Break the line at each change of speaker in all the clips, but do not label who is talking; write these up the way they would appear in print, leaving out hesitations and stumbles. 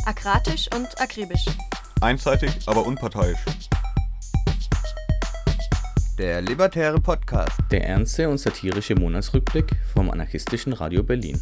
Akratisch und akribisch.
Einseitig, aber unparteiisch.
Der libertäre Podcast.
Der ernste und satirische Monatsrückblick vom anarchistischen Radio Berlin.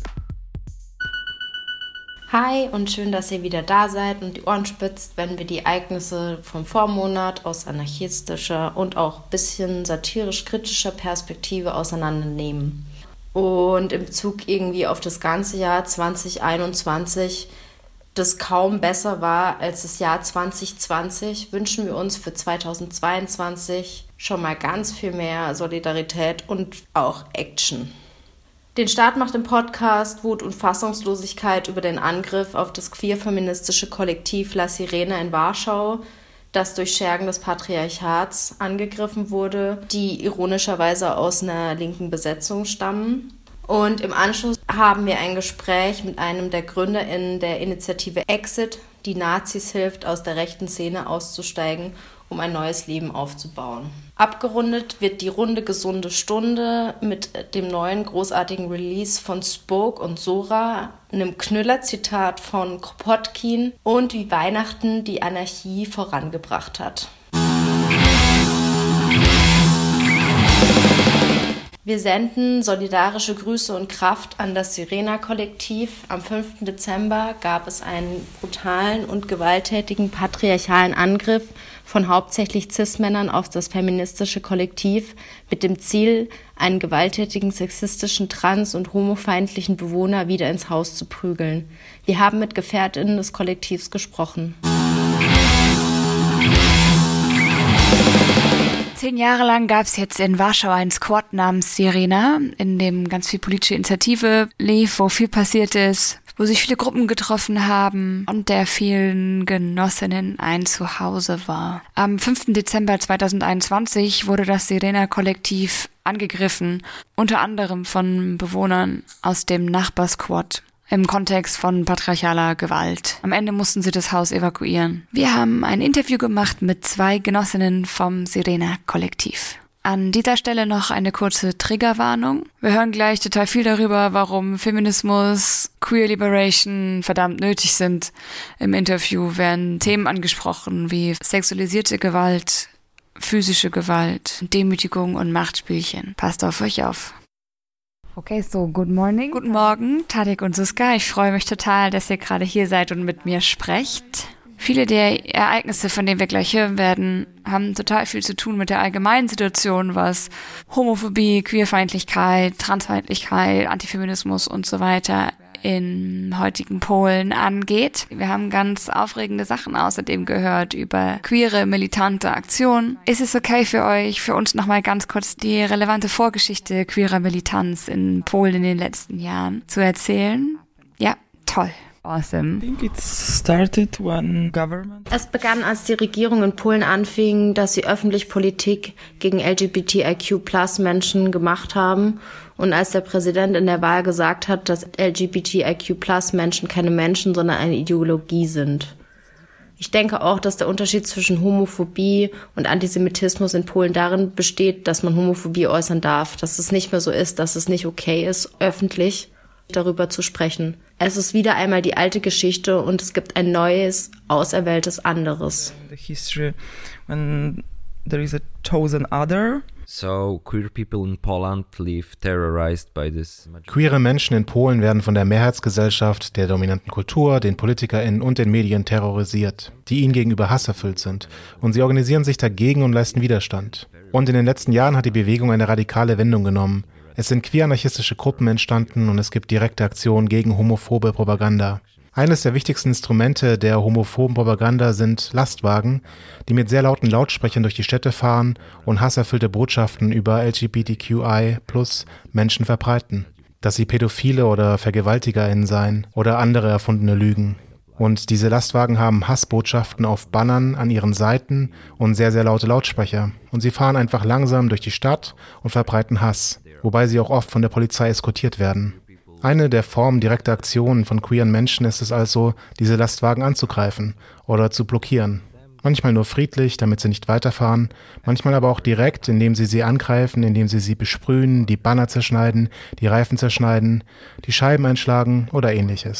Hi und schön, dass ihr wieder da seid und die Ohren spitzt, wenn wir die Ereignisse vom Vormonat aus anarchistischer und auch ein bisschen satirisch-kritischer Perspektive auseinandernehmen. Und im Bezug irgendwie auf das ganze Jahr 2021, das kaum besser war als das Jahr 2020, wünschen wir uns für 2022 schon mal ganz viel mehr Solidarität und auch Action. Den Start macht im Podcast Wut und Fassungslosigkeit über den Angriff auf das queer-feministische Kollektiv La Sirena in Warschau, das durch Schergen des Patriarchats angegriffen wurde, die ironischerweise aus einer linken Besetzung stammen. Und im Anschluss haben wir ein Gespräch mit einem der GründerInnen der Initiative Exit, die Nazis hilft, aus der rechten Szene auszusteigen, um ein neues Leben aufzubauen. Abgerundet wird die runde gesunde Stunde mit dem neuen großartigen Release von Spoke und Sora, einem Knüller-Zitat von Kropotkin und wie Weihnachten die Anarchie vorangebracht hat. Wir senden solidarische Grüße und Kraft an das Sirena-Kollektiv. Am 5. Dezember gab es einen brutalen und gewalttätigen patriarchalen Angriff von hauptsächlich Cis-Männern auf das feministische Kollektiv mit dem Ziel, einen gewalttätigen, sexistischen, trans- und homofeindlichen Bewohner wieder ins Haus zu prügeln. Wir haben mit GefährtInnen des Kollektivs gesprochen.
10 Jahre lang gab es jetzt in Warschau einen Squad namens Sirena, in dem ganz viel politische Initiative lief, wo viel passiert ist, wo sich viele Gruppen getroffen haben und der vielen Genossinnen ein Zuhause war. Am 5. Dezember 2021 wurde das Sirena-Kollektiv angegriffen, unter anderem von Bewohnern aus dem Nachbarsquad. Im Kontext von patriarchaler Gewalt. Am Ende mussten sie das Haus evakuieren. Wir haben ein Interview gemacht mit 2 Genossinnen vom Sirena-Kollektiv. An dieser Stelle noch eine kurze Triggerwarnung. Wir hören gleich total viel darüber, warum Feminismus, Queer Liberation verdammt nötig sind. Im Interview werden Themen angesprochen wie sexualisierte Gewalt, physische Gewalt, Demütigung und Machtspielchen. Passt auf euch auf.
Okay, so good morning.
Guten Morgen, Tadek und Suska. Ich freue mich total, dass ihr gerade hier seid und mit mir sprecht. Viele der Ereignisse, von denen wir gleich hören werden, haben total viel zu tun mit der allgemeinen Situation, was Homophobie, Queerfeindlichkeit, Transfeindlichkeit, Antifeminismus und so weiter in heutigen Polen angeht. Wir haben ganz aufregende Sachen außerdem gehört über queere, militante Aktionen. Ist es okay für euch, für uns nochmal ganz kurz die relevante Vorgeschichte queerer Militanz in Polen in den letzten Jahren zu erzählen? Ja, toll.
Awesome.
Es begann, als die Regierung in Polen anfing, dass sie öffentlich Politik gegen LGBTIQ-Plus-Menschen gemacht haben und als der Präsident in der Wahl gesagt hat, dass LGBTIQ-Plus-Menschen keine Menschen, sondern eine Ideologie sind. Ich denke auch, dass der Unterschied zwischen Homophobie und Antisemitismus in Polen darin besteht, dass man Homophobie äußern darf, dass es nicht mehr so ist, dass es nicht okay ist, öffentlich darüber zu sprechen. Es ist wieder einmal die alte Geschichte und es gibt ein neues, auserwähltes anderes.
So, queer people in Poland live terrorized by this.
Queere Menschen in Polen werden von der Mehrheitsgesellschaft, der dominanten Kultur, den PolitikerInnen und den Medien terrorisiert, die ihnen gegenüber hasserfüllt sind. Und sie organisieren sich dagegen und leisten Widerstand. Und in den letzten Jahren hat die Bewegung eine radikale Wendung genommen. Es sind queer-anarchistische Gruppen entstanden und es gibt direkte Aktionen gegen homophobe Propaganda. Eines der wichtigsten Instrumente der homophoben Propaganda sind Lastwagen, die mit sehr lauten Lautsprechern durch die Städte fahren und hasserfüllte Botschaften über LGBTQI+ Menschen verbreiten. Dass sie Pädophile oder VergewaltigerInnen seien oder andere erfundene Lügen. Und diese Lastwagen haben Hassbotschaften auf Bannern an ihren Seiten und sehr, sehr laute Lautsprecher. Und sie fahren einfach langsam durch die Stadt und verbreiten Hass, wobei sie auch oft von der Polizei eskortiert werden. Eine der Formen direkter Aktionen von queeren Menschen ist es also, diese Lastwagen anzugreifen oder zu blockieren. Manchmal nur friedlich, damit sie nicht weiterfahren, manchmal aber auch direkt, indem sie angreifen, indem sie besprühen, die Banner zerschneiden, die Reifen zerschneiden, die Scheiben einschlagen oder ähnliches.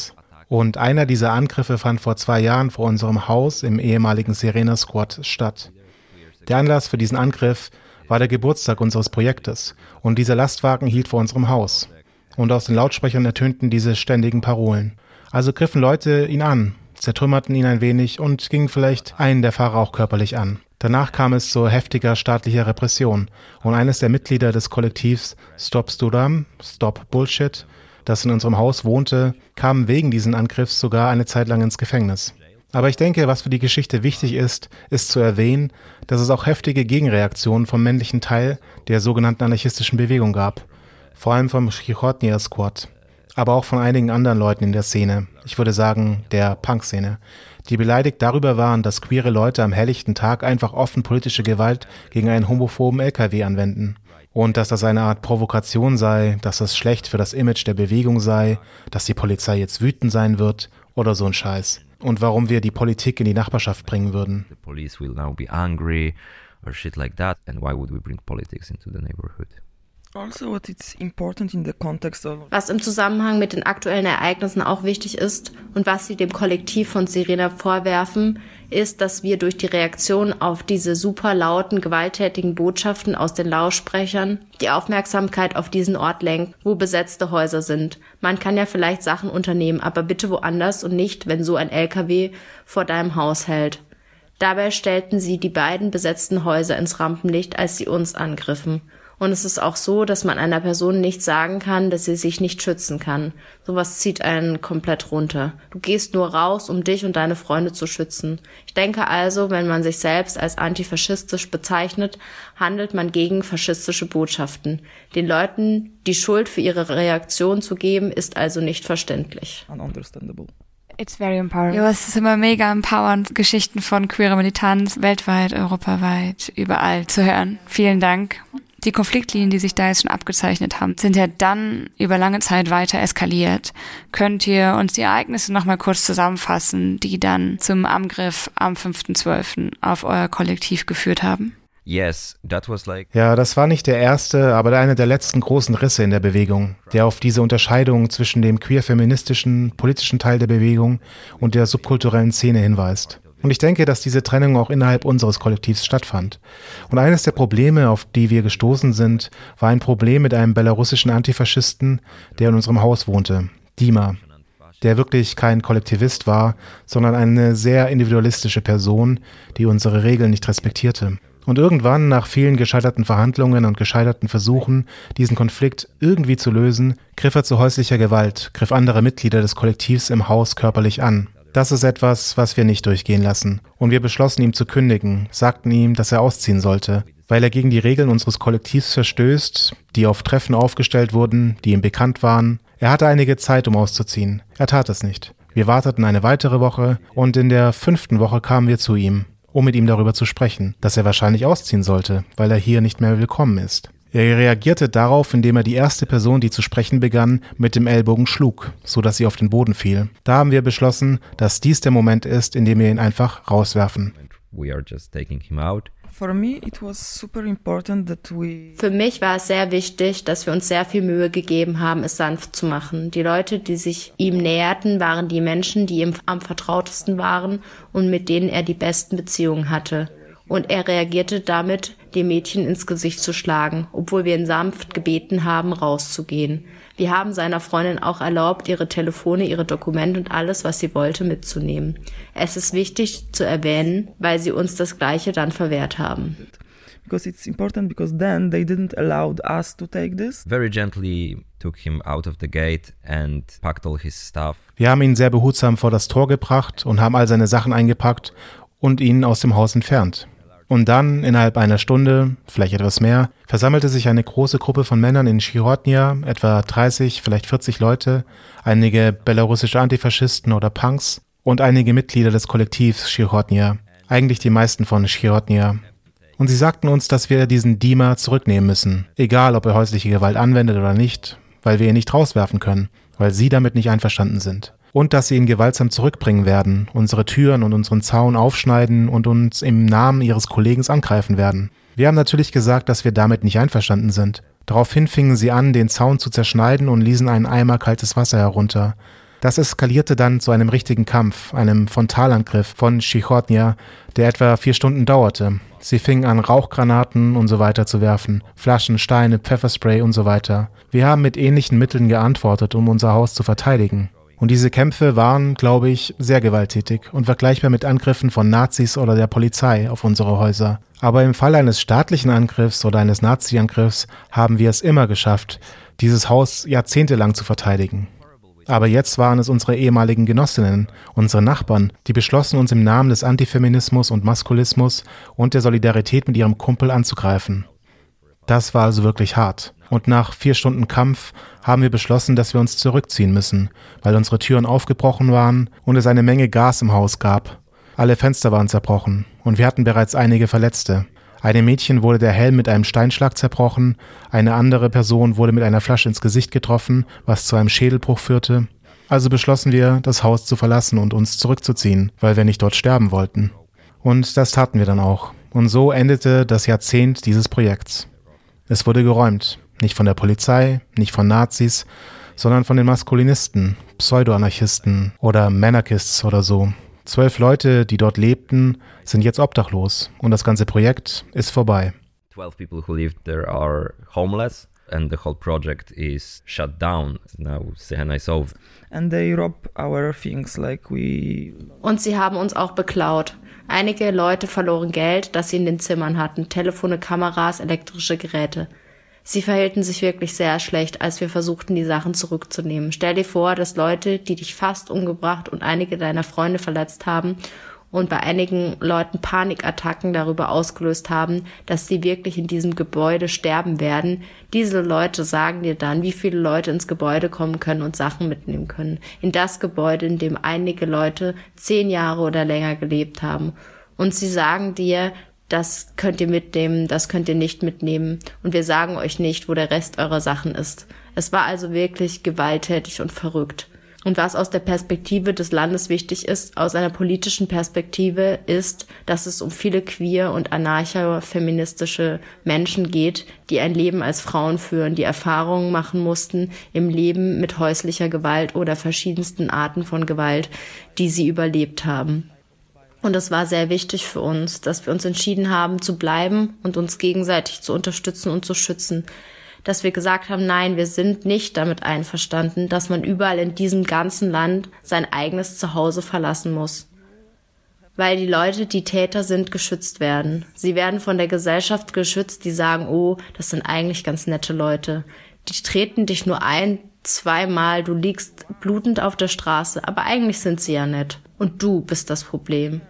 Und einer dieser Angriffe fand vor 2 Jahren vor unserem Haus im ehemaligen Sirena Squad statt. Der Anlass für diesen Angriff war der Geburtstag unseres Projektes und dieser Lastwagen hielt vor unserem Haus. Und aus den Lautsprechern ertönten diese ständigen Parolen. Also griffen Leute ihn an, zertrümmerten ihn ein wenig und gingen vielleicht einen der Fahrer auch körperlich an. Danach kam es zu heftiger staatlicher Repression und eines der Mitglieder des Kollektivs Stop Studam, Stop Bullshit, das in unserem Haus wohnte, kam wegen diesen Angriffs sogar eine Zeit lang ins Gefängnis. Aber ich denke, was für die Geschichte wichtig ist zu erwähnen, dass es auch heftige Gegenreaktionen vom männlichen Teil der sogenannten anarchistischen Bewegung gab. Vor allem vom Chichotnia Squad, aber auch von einigen anderen Leuten in der Szene, ich würde sagen der Punk-Szene, die beleidigt darüber waren, dass queere Leute am helllichten Tag einfach offen politische Gewalt gegen einen homophoben LKW anwenden. Und dass das eine Art Provokation sei, dass das schlecht für das Image der Bewegung sei, dass die Polizei jetzt wütend sein wird oder so ein Scheiß. Und warum wir die Politik in die Nachbarschaft bringen würden.
The police will now be angry or shit like that. And why would we bring politics into the neighborhood?
Also what it's important in the context of
Was im Zusammenhang mit den aktuellen Ereignissen auch wichtig ist und was sie dem Kollektiv von Sirena vorwerfen, ist, dass wir durch die Reaktion auf diese super lauten, gewalttätigen Botschaften aus den Lautsprechern die Aufmerksamkeit auf diesen Ort lenken, wo besetzte Häuser sind. Man kann ja vielleicht Sachen unternehmen, aber bitte woanders und nicht, wenn so ein LKW vor deinem Haus hält. Dabei stellten sie die beiden besetzten Häuser ins Rampenlicht, als sie uns angriffen. Und es ist auch so, dass man einer Person nicht sagen kann, dass sie sich nicht schützen kann. Sowas zieht einen komplett runter. Du gehst nur raus, um dich und deine Freunde zu schützen. Ich denke also, wenn man sich selbst als antifaschistisch bezeichnet, handelt man gegen faschistische Botschaften. Den Leuten die Schuld für ihre Reaktion zu geben, ist also nicht verständlich.
ununderstandable.
It's very empowering.
Ja, es ist immer mega empowernd, Geschichten von queerer Militanz weltweit, europaweit, überall zu hören. Vielen Dank. Die Konfliktlinien, die sich da jetzt schon abgezeichnet haben, sind ja dann über lange Zeit weiter eskaliert. Könnt ihr uns die Ereignisse nochmal kurz zusammenfassen, die dann zum Angriff am 5.12. auf euer Kollektiv geführt haben?
Yes, that was like...
Ja, das war nicht der erste, aber einer der letzten großen Risse in der Bewegung, der auf diese Unterscheidung zwischen dem queer-feministischen, politischen Teil der Bewegung und der subkulturellen Szene hinweist. Und ich denke, dass diese Trennung auch innerhalb unseres Kollektivs stattfand. Und eines der Probleme, auf die wir gestoßen sind, war ein Problem mit einem belarussischen Antifaschisten, der in unserem Haus wohnte, Dima, der wirklich kein Kollektivist war, sondern eine sehr individualistische Person, die unsere Regeln nicht respektierte. Und irgendwann, nach vielen gescheiterten Verhandlungen und gescheiterten Versuchen, diesen Konflikt irgendwie zu lösen, griff er zu häuslicher Gewalt, griff andere Mitglieder des Kollektivs im Haus körperlich an. Das ist etwas, was wir nicht durchgehen lassen. Und wir beschlossen, ihm zu kündigen, sagten ihm, dass er ausziehen sollte, weil er gegen die Regeln unseres Kollektivs verstößt, die auf Treffen aufgestellt wurden, die ihm bekannt waren. Er hatte einige Zeit, um auszuziehen. Er tat es nicht. Wir warteten eine weitere Woche und in der 5. Woche kamen wir zu ihm, um mit ihm darüber zu sprechen, dass er wahrscheinlich ausziehen sollte, weil er hier nicht mehr willkommen ist. Er reagierte darauf, indem er die erste Person, die zu sprechen begann, mit dem Ellbogen schlug, so dass sie auf den Boden fiel. Da haben wir beschlossen, dass dies der Moment ist, in dem wir ihn einfach rauswerfen.
We are just taking him out.
For me, it was super important that we...
Für mich war es sehr wichtig, dass wir uns sehr viel Mühe gegeben haben, es sanft zu machen. Die Leute, die sich ihm näherten, waren die Menschen, die ihm am vertrautesten waren und mit denen er die besten Beziehungen hatte. Und er reagierte damit, dem Mädchen ins Gesicht zu schlagen, obwohl wir ihn sanft gebeten haben, rauszugehen. Wir haben seiner Freundin auch erlaubt, ihre Telefone, ihre Dokumente und alles, was sie wollte, mitzunehmen. Es ist wichtig zu erwähnen, weil sie uns das Gleiche dann verwehrt haben.
Because it's important because then they didn't allow us to take this.
Very gently took him out of the gate and packed all his stuff.
Wir haben ihn sehr behutsam vor das Tor gebracht und haben all seine Sachen eingepackt und ihn aus dem Haus entfernt. Und dann, innerhalb einer Stunde, vielleicht etwas mehr, versammelte sich eine große Gruppe von Männern in Chichotnia, etwa 30, vielleicht 40 Leute, einige belarussische Antifaschisten oder Punks und einige Mitglieder des Kollektivs Chichotnia, eigentlich die meisten von Chichotnia. Und sie sagten uns, dass wir diesen Dima zurücknehmen müssen, egal ob er häusliche Gewalt anwendet oder nicht, weil wir ihn nicht rauswerfen können, weil sie damit nicht einverstanden sind. Und dass sie ihn gewaltsam zurückbringen werden, unsere Türen und unseren Zaun aufschneiden und uns im Namen ihres Kollegen angreifen werden. Wir haben natürlich gesagt, dass wir damit nicht einverstanden sind. Daraufhin fingen sie an, den Zaun zu zerschneiden und ließen einen Eimer kaltes Wasser herunter. Das eskalierte dann zu einem richtigen Kampf, einem Frontalangriff von Przychodnia, der etwa 4 Stunden dauerte. Sie fingen an, Rauchgranaten und so weiter zu werfen, Flaschen, Steine, Pfefferspray und so weiter. Wir haben mit ähnlichen Mitteln geantwortet, um unser Haus zu verteidigen. Und diese Kämpfe waren, glaube ich, sehr gewalttätig und vergleichbar mit Angriffen von Nazis oder der Polizei auf unsere Häuser. Aber im Fall eines staatlichen Angriffs oder eines Nazi-Angriffs haben wir es immer geschafft, dieses Haus jahrzehntelang zu verteidigen. Aber jetzt waren es unsere ehemaligen Genossinnen, unsere Nachbarn, die beschlossen, uns im Namen des Antifeminismus und Maskulismus und der Solidarität mit ihrem Kumpel anzugreifen. Das war also wirklich hart. Und nach 4 Stunden Kampf haben wir beschlossen, dass wir uns zurückziehen müssen, weil unsere Türen aufgebrochen waren und es eine Menge Gas im Haus gab. Alle Fenster waren zerbrochen und wir hatten bereits einige Verletzte. Einem Mädchen wurde der Helm mit einem Steinschlag zerbrochen, eine andere Person wurde mit einer Flasche ins Gesicht getroffen, was zu einem Schädelbruch führte. Also beschlossen wir, das Haus zu verlassen und uns zurückzuziehen, weil wir nicht dort sterben wollten. Und das taten wir dann auch. Und so endete das Jahrzehnt dieses Projekts. Es wurde geräumt. Nicht von der Polizei, nicht von Nazis, sondern von den Maskulinisten, Pseudo-Anarchisten oder Manarchists oder so. 12 Leute, die dort lebten, sind jetzt obdachlos und das ganze Projekt ist vorbei.
12 people who lived there are homeless and the whole project is shut down. Now Sirena is over.
And they rob our things like we...
Und sie haben uns auch beklaut. Einige Leute verloren Geld, das sie in den Zimmern hatten, Telefone, Kameras, elektrische Geräte. Sie verhielten sich wirklich sehr schlecht, als wir versuchten, die Sachen zurückzunehmen. Stell dir vor, dass Leute, die dich fast umgebracht und einige deiner Freunde verletzt haben und bei einigen Leuten Panikattacken darüber ausgelöst haben, dass sie wirklich in diesem Gebäude sterben werden. Diese Leute sagen dir dann, wie viele Leute ins Gebäude kommen können und Sachen mitnehmen können. In das Gebäude, in dem einige Leute 10 Jahre oder länger gelebt haben. Und sie sagen dir, das könnt ihr mitnehmen, das könnt ihr nicht mitnehmen. Und wir sagen euch nicht, wo der Rest eurer Sachen ist. Es war also wirklich gewalttätig und verrückt. Und was aus der Perspektive des Landes wichtig ist, aus einer politischen Perspektive, ist, dass es um viele queer- und anarcho-feministische Menschen geht, die ein Leben als Frauen führen, die Erfahrungen machen mussten im Leben mit häuslicher Gewalt oder verschiedensten Arten von Gewalt, die sie überlebt haben. Und es war sehr wichtig für uns, dass wir uns entschieden haben, zu bleiben und uns gegenseitig zu unterstützen und zu schützen. Dass wir gesagt haben, nein, wir sind nicht damit einverstanden, dass man überall in diesem ganzen Land sein eigenes Zuhause verlassen muss. Weil die Leute, die Täter sind, geschützt werden. Sie werden von der Gesellschaft geschützt, die sagen, oh, das sind eigentlich ganz nette Leute. Die treten dich nur 1-2 Mal, du liegst blutend auf der Straße, aber eigentlich sind sie ja nett. Und du bist das Problem.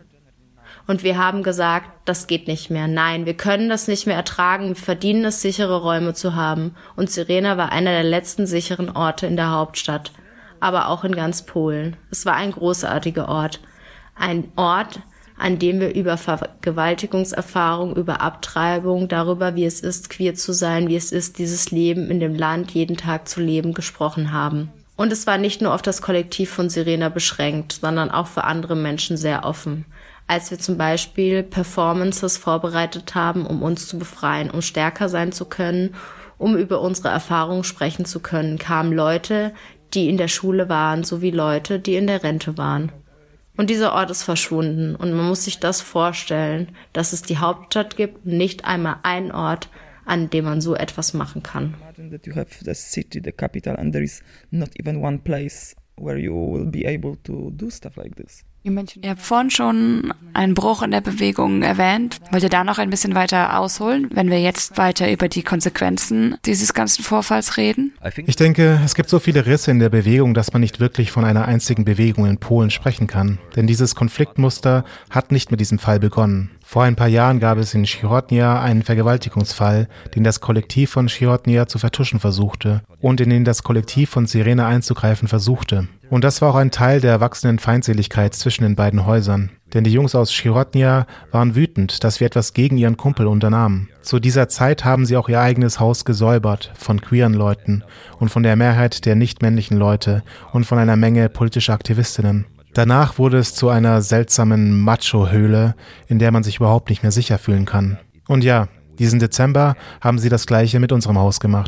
Und wir haben gesagt, das geht nicht mehr. Nein, wir können das nicht mehr ertragen. Wir verdienen es, sichere Räume zu haben. Und Sirena war einer der letzten sicheren Orte in der Hauptstadt, aber auch in ganz Polen. Es war ein großartiger Ort. Ein Ort, an dem wir über Vergewaltigungserfahrung, über Abtreibung, darüber, wie es ist, queer zu sein, wie es ist, dieses Leben in dem Land jeden Tag zu leben, gesprochen haben. Und es war nicht nur auf das Kollektiv von Sirena beschränkt, sondern auch für andere Menschen sehr offen. Als wir zum Beispiel Performances vorbereitet haben, um uns zu befreien, um stärker sein zu können, um über unsere Erfahrungen sprechen zu können, kamen Leute, die in der Schule waren, sowie Leute, die in der Rente waren. Und dieser Ort ist verschwunden und man muss sich das vorstellen, dass es die Hauptstadt gibt, nicht einmal einen Ort, an dem man so etwas machen kann.
That you have the city, the capital, and there is not even one place where you will be able to do stuff like this.
Ihr habt vorhin schon einen Bruch in der Bewegung erwähnt. Wollt ihr da noch ein bisschen weiter ausholen, wenn wir jetzt weiter über die Konsequenzen dieses ganzen Vorfalls reden?
Ich denke, es gibt so viele Risse in der Bewegung, dass man nicht wirklich von einer einzigen Bewegung in Polen sprechen kann. Denn dieses Konfliktmuster hat nicht mit diesem Fall begonnen. Vor ein paar Jahren gab es in Przychodnia einen Vergewaltigungsfall, den das Kollektiv von Przychodnia zu vertuschen versuchte und in den das Kollektiv von Sirena einzugreifen versuchte. Und das war auch ein Teil der wachsenden Feindseligkeit zwischen den beiden Häusern. Denn die Jungs aus Przychodnia waren wütend, dass wir etwas gegen ihren Kumpel unternahmen. Zu dieser Zeit haben sie auch ihr eigenes Haus gesäubert von queeren Leuten und von der Mehrheit der nicht-männlichen Leute und von einer Menge politischer Aktivistinnen. Danach wurde es zu einer seltsamen Macho-Höhle, in der man sich überhaupt nicht mehr sicher fühlen kann. Und ja, diesen Dezember haben sie das Gleiche mit unserem Haus gemacht.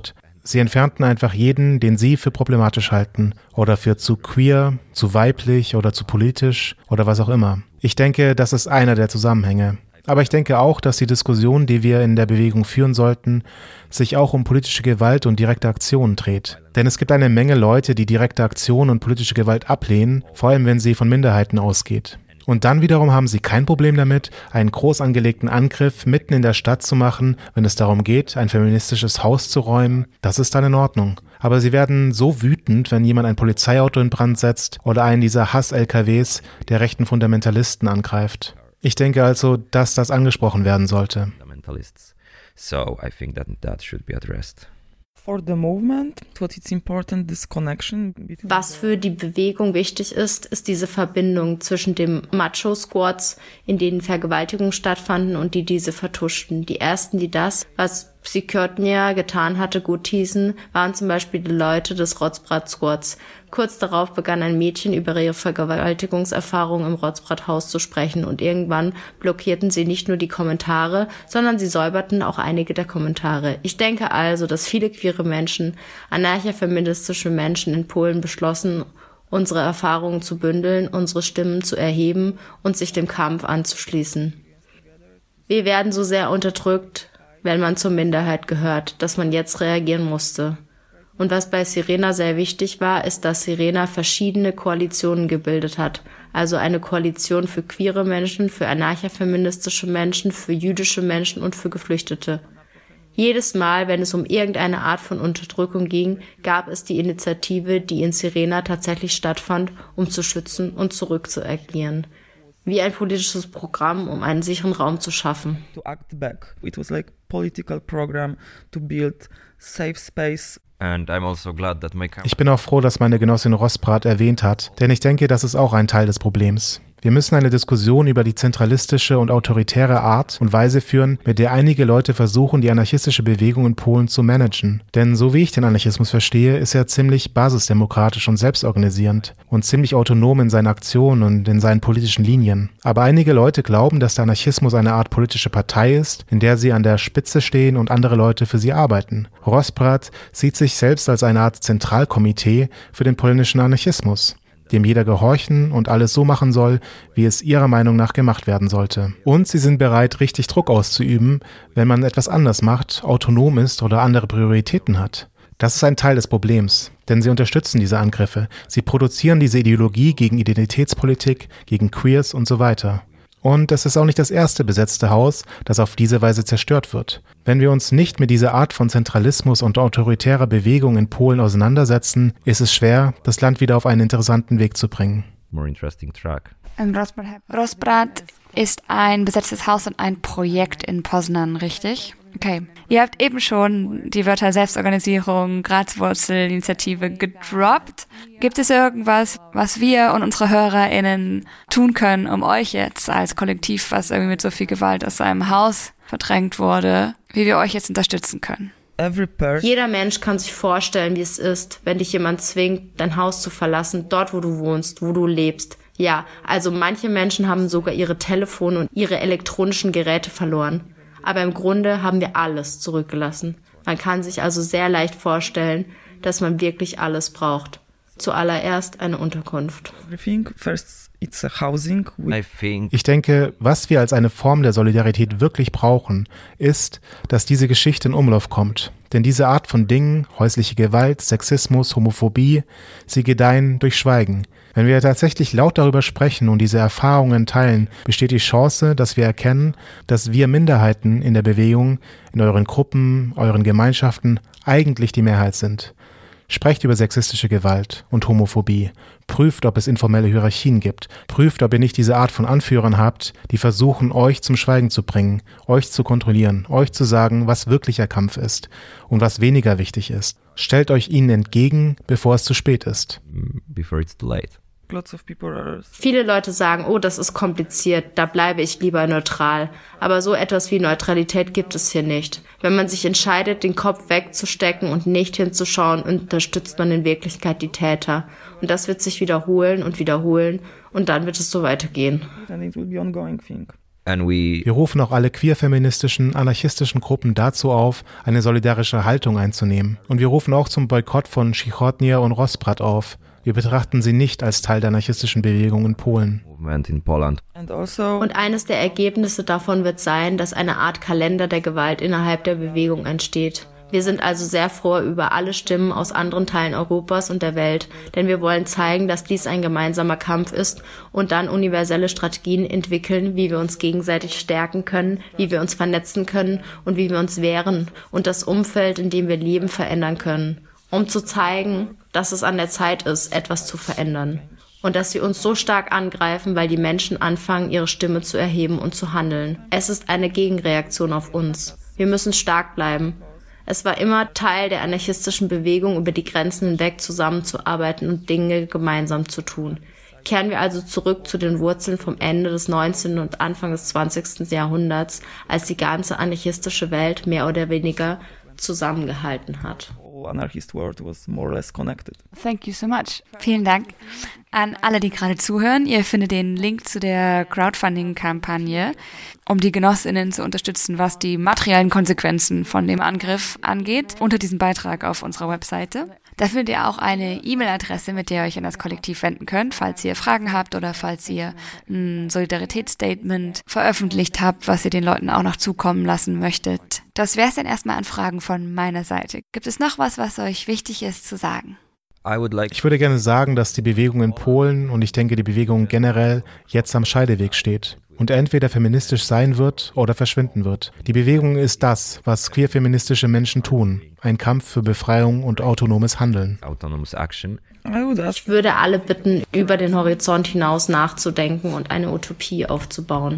Sie entfernten einfach jeden, den sie für problematisch halten oder für zu queer, zu weiblich oder zu politisch oder was auch immer. Ich denke, das ist einer der Zusammenhänge. Aber ich denke auch, dass die Diskussion, die wir in der Bewegung führen sollten, sich auch um politische Gewalt und direkte Aktionen dreht. Denn es gibt eine Menge Leute, die direkte Aktion und politische Gewalt ablehnen, vor allem wenn sie von Minderheiten ausgeht. Und dann wiederum haben sie kein Problem damit, einen groß angelegten Angriff mitten in der Stadt zu machen, wenn es darum geht, ein feministisches Haus zu räumen. Das ist dann in Ordnung. Aber sie werden so wütend, wenn jemand ein Polizeiauto in Brand setzt oder einen dieser Hass-LKWs der rechten Fundamentalisten angreift. Ich denke also, dass das angesprochen werden sollte.
So I think that should be addressed.
For the movement, what it's important, this connection.
Was für die Bewegung wichtig ist, ist diese Verbindung zwischen den Macho-Squads, in denen Vergewaltigungen stattfanden und die diese vertuschten. Die ersten, die das, was Psychotnia getan hatte, gut hießen, waren zum Beispiel die Leute des Rotzbrat-Squads. Kurz darauf begann ein Mädchen über ihre Vergewaltigungserfahrung im Rotzbrat-Haus zu sprechen und irgendwann blockierten sie nicht nur die Kommentare, sondern sie säuberten auch einige der Kommentare. Ich denke also, dass viele queere Menschen, anarchafeministische Menschen in Polen beschlossen, unsere Erfahrungen zu bündeln, unsere Stimmen zu erheben und sich dem Kampf anzuschließen. Wir werden so sehr unterdrückt, wenn man zur Minderheit gehört, dass man jetzt reagieren musste. Und was bei Sirena sehr wichtig war, ist, dass Sirena verschiedene Koalitionen gebildet hat. Also eine Koalition für queere Menschen, für anarchafeministische Menschen, für jüdische Menschen und für Geflüchtete. Jedes Mal, wenn es um irgendeine Art von Unterdrückung ging, gab es die Initiative, die in Sirena tatsächlich stattfand, um zu schützen und zurückzuagieren. Wie ein politisches Programm, um einen sicheren Raum zu schaffen.
To act back. It was like political program to build safe space.
And I'm also glad that
Ich bin auch froh, dass meine Genossin Rosbrat erwähnt hat, denn ich denke, das ist auch ein Teil des Problems. Wir müssen eine Diskussion über die zentralistische und autoritäre Art und Weise führen, mit der einige Leute versuchen, die anarchistische Bewegung in Polen zu managen. Denn so wie ich den Anarchismus verstehe, ist er ziemlich basisdemokratisch und selbstorganisierend und ziemlich autonom in seinen Aktionen und in seinen politischen Linien. Aber einige Leute glauben, dass der Anarchismus eine Art politische Partei ist, in der sie an der Spitze stehen und andere Leute für sie arbeiten. Rosbrat sieht sich selbst als eine Art Zentralkomitee für den polnischen Anarchismus, dem jeder gehorchen und alles so machen soll, wie es ihrer Meinung nach gemacht werden sollte. Und sie sind bereit, richtig Druck auszuüben, wenn man etwas anders macht, autonom ist oder andere Prioritäten hat. Das ist ein Teil des Problems, denn sie unterstützen diese Angriffe. Sie produzieren diese Ideologie gegen Identitätspolitik, gegen Queers und so weiter. Und es ist auch nicht das erste besetzte Haus, das auf diese Weise zerstört wird. Wenn wir uns nicht mit dieser Art von Zentralismus und autoritärer Bewegung in Polen auseinandersetzen, ist es schwer, das Land wieder auf einen interessanten Weg zu bringen.
More interesting track.
Rozbrat ist ein besetztes Haus und ein Projekt in Poznan, richtig? Okay. Ihr habt eben schon die Wörter Selbstorganisierung, Grazwurzel, Initiative gedroppt. Gibt es irgendwas, was wir und unsere HörerInnen tun können, um euch jetzt als Kollektiv, was irgendwie mit so viel Gewalt aus seinem Haus verdrängt wurde, wie wir euch jetzt unterstützen können?
Jeder Mensch kann sich vorstellen, wie es ist, wenn dich jemand zwingt, dein Haus zu verlassen, dort, wo du wohnst, wo du lebst. Ja, also manche Menschen haben sogar ihre Telefone und ihre elektronischen Geräte verloren. Aber im Grunde haben wir alles zurückgelassen. Man kann sich also sehr leicht vorstellen, dass man wirklich alles braucht. Zuallererst eine Unterkunft.
Ich denke, was wir als eine Form der Solidarität wirklich brauchen, ist, dass diese Geschichte in Umlauf kommt. Denn diese Art von Dingen, häusliche Gewalt, Sexismus, Homophobie, sie gedeihen durch Schweigen. Wenn wir tatsächlich laut darüber sprechen und diese Erfahrungen teilen, besteht die Chance, dass wir erkennen, dass wir Minderheiten in der Bewegung, in euren Gruppen, euren Gemeinschaften eigentlich die Mehrheit sind. Sprecht über sexistische Gewalt und Homophobie. Prüft, ob es informelle Hierarchien gibt. Prüft, ob ihr nicht diese Art von Anführern habt, die versuchen, euch zum Schweigen zu bringen, euch zu kontrollieren, euch zu sagen, was wirklicher Kampf ist und was weniger wichtig ist. Stellt euch ihnen entgegen, bevor es zu spät ist.
Before it's too late.
Viele Leute sagen, oh, das ist kompliziert, da bleibe ich lieber neutral. Aber so etwas wie Neutralität gibt es hier nicht. Wenn man sich entscheidet, den Kopf wegzustecken und nicht hinzuschauen, unterstützt man in Wirklichkeit die Täter. Und das wird sich wiederholen und wiederholen und dann wird es so weitergehen.
Wir rufen auch alle queer-feministischen, anarchistischen Gruppen dazu auf, eine solidarische Haltung einzunehmen. Und wir rufen auch zum Boykott von Cichotnia und Rozbrat auf. Wir betrachten sie nicht als Teil der anarchistischen Bewegung in Polen.
Und eines der Ergebnisse davon wird sein, dass eine Art Kalender der Gewalt innerhalb der Bewegung entsteht. Wir sind also sehr froh über alle Stimmen aus anderen Teilen Europas und der Welt, denn wir wollen zeigen, dass dies ein gemeinsamer Kampf ist und dann universelle Strategien entwickeln, wie wir uns gegenseitig stärken können, wie wir uns vernetzen können und wie wir uns wehren und das Umfeld, in dem wir leben, verändern können, um zu zeigen, dass es an der Zeit ist, etwas zu verändern. Und dass sie uns so stark angreifen, weil die Menschen anfangen, ihre Stimme zu erheben und zu handeln. Es ist eine Gegenreaktion auf uns. Wir müssen stark bleiben. Es war immer Teil der anarchistischen Bewegung, über die Grenzen hinweg zusammenzuarbeiten und Dinge gemeinsam zu tun. Kehren wir also zurück zu den Wurzeln vom Ende des 19. und Anfang des 20. Jahrhunderts, als die ganze anarchistische Welt mehr oder weniger zusammengehalten hat.
Anarchist world was more or less connected.
Thank you so much. Vielen Dank an alle, die gerade zuhören. Ihr findet den Link zu der Crowdfunding-Kampagne, um die GenossInnen zu unterstützen, was die materiellen Konsequenzen von dem Angriff angeht, unter diesem Beitrag auf unserer Webseite. Da findet ihr auch eine E-Mail-Adresse, mit der ihr euch an das Kollektiv wenden könnt, falls ihr Fragen habt oder falls ihr ein Solidaritätsstatement veröffentlicht habt, was ihr den Leuten auch noch zukommen lassen möchtet. Das wäre es dann erstmal an Fragen von meiner Seite. Gibt es noch was euch wichtig ist zu sagen?
Ich würde gerne sagen, dass die Bewegung in Polen und ich denke die Bewegung generell jetzt am Scheideweg steht und entweder feministisch sein wird oder verschwinden wird. Die Bewegung ist das, was queer-feministische Menschen tun. Ein Kampf für Befreiung und autonomes Handeln.
Ich würde alle bitten, über den Horizont hinaus nachzudenken und eine Utopie aufzubauen.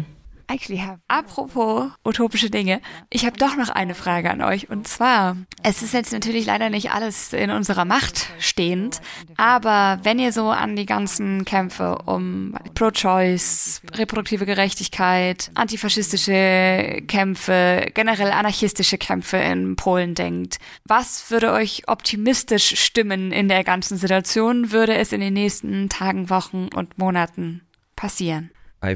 Apropos utopische Dinge, ich habe doch noch eine Frage an euch. Und zwar, es ist jetzt natürlich leider nicht alles in unserer Macht stehend, aber wenn ihr so an die ganzen Kämpfe um Pro-Choice, reproduktive Gerechtigkeit, antifaschistische Kämpfe, generell anarchistische Kämpfe in Polen denkt, was würde euch optimistisch stimmen in der ganzen Situation? Würde es in den nächsten Tagen, Wochen und Monaten passieren?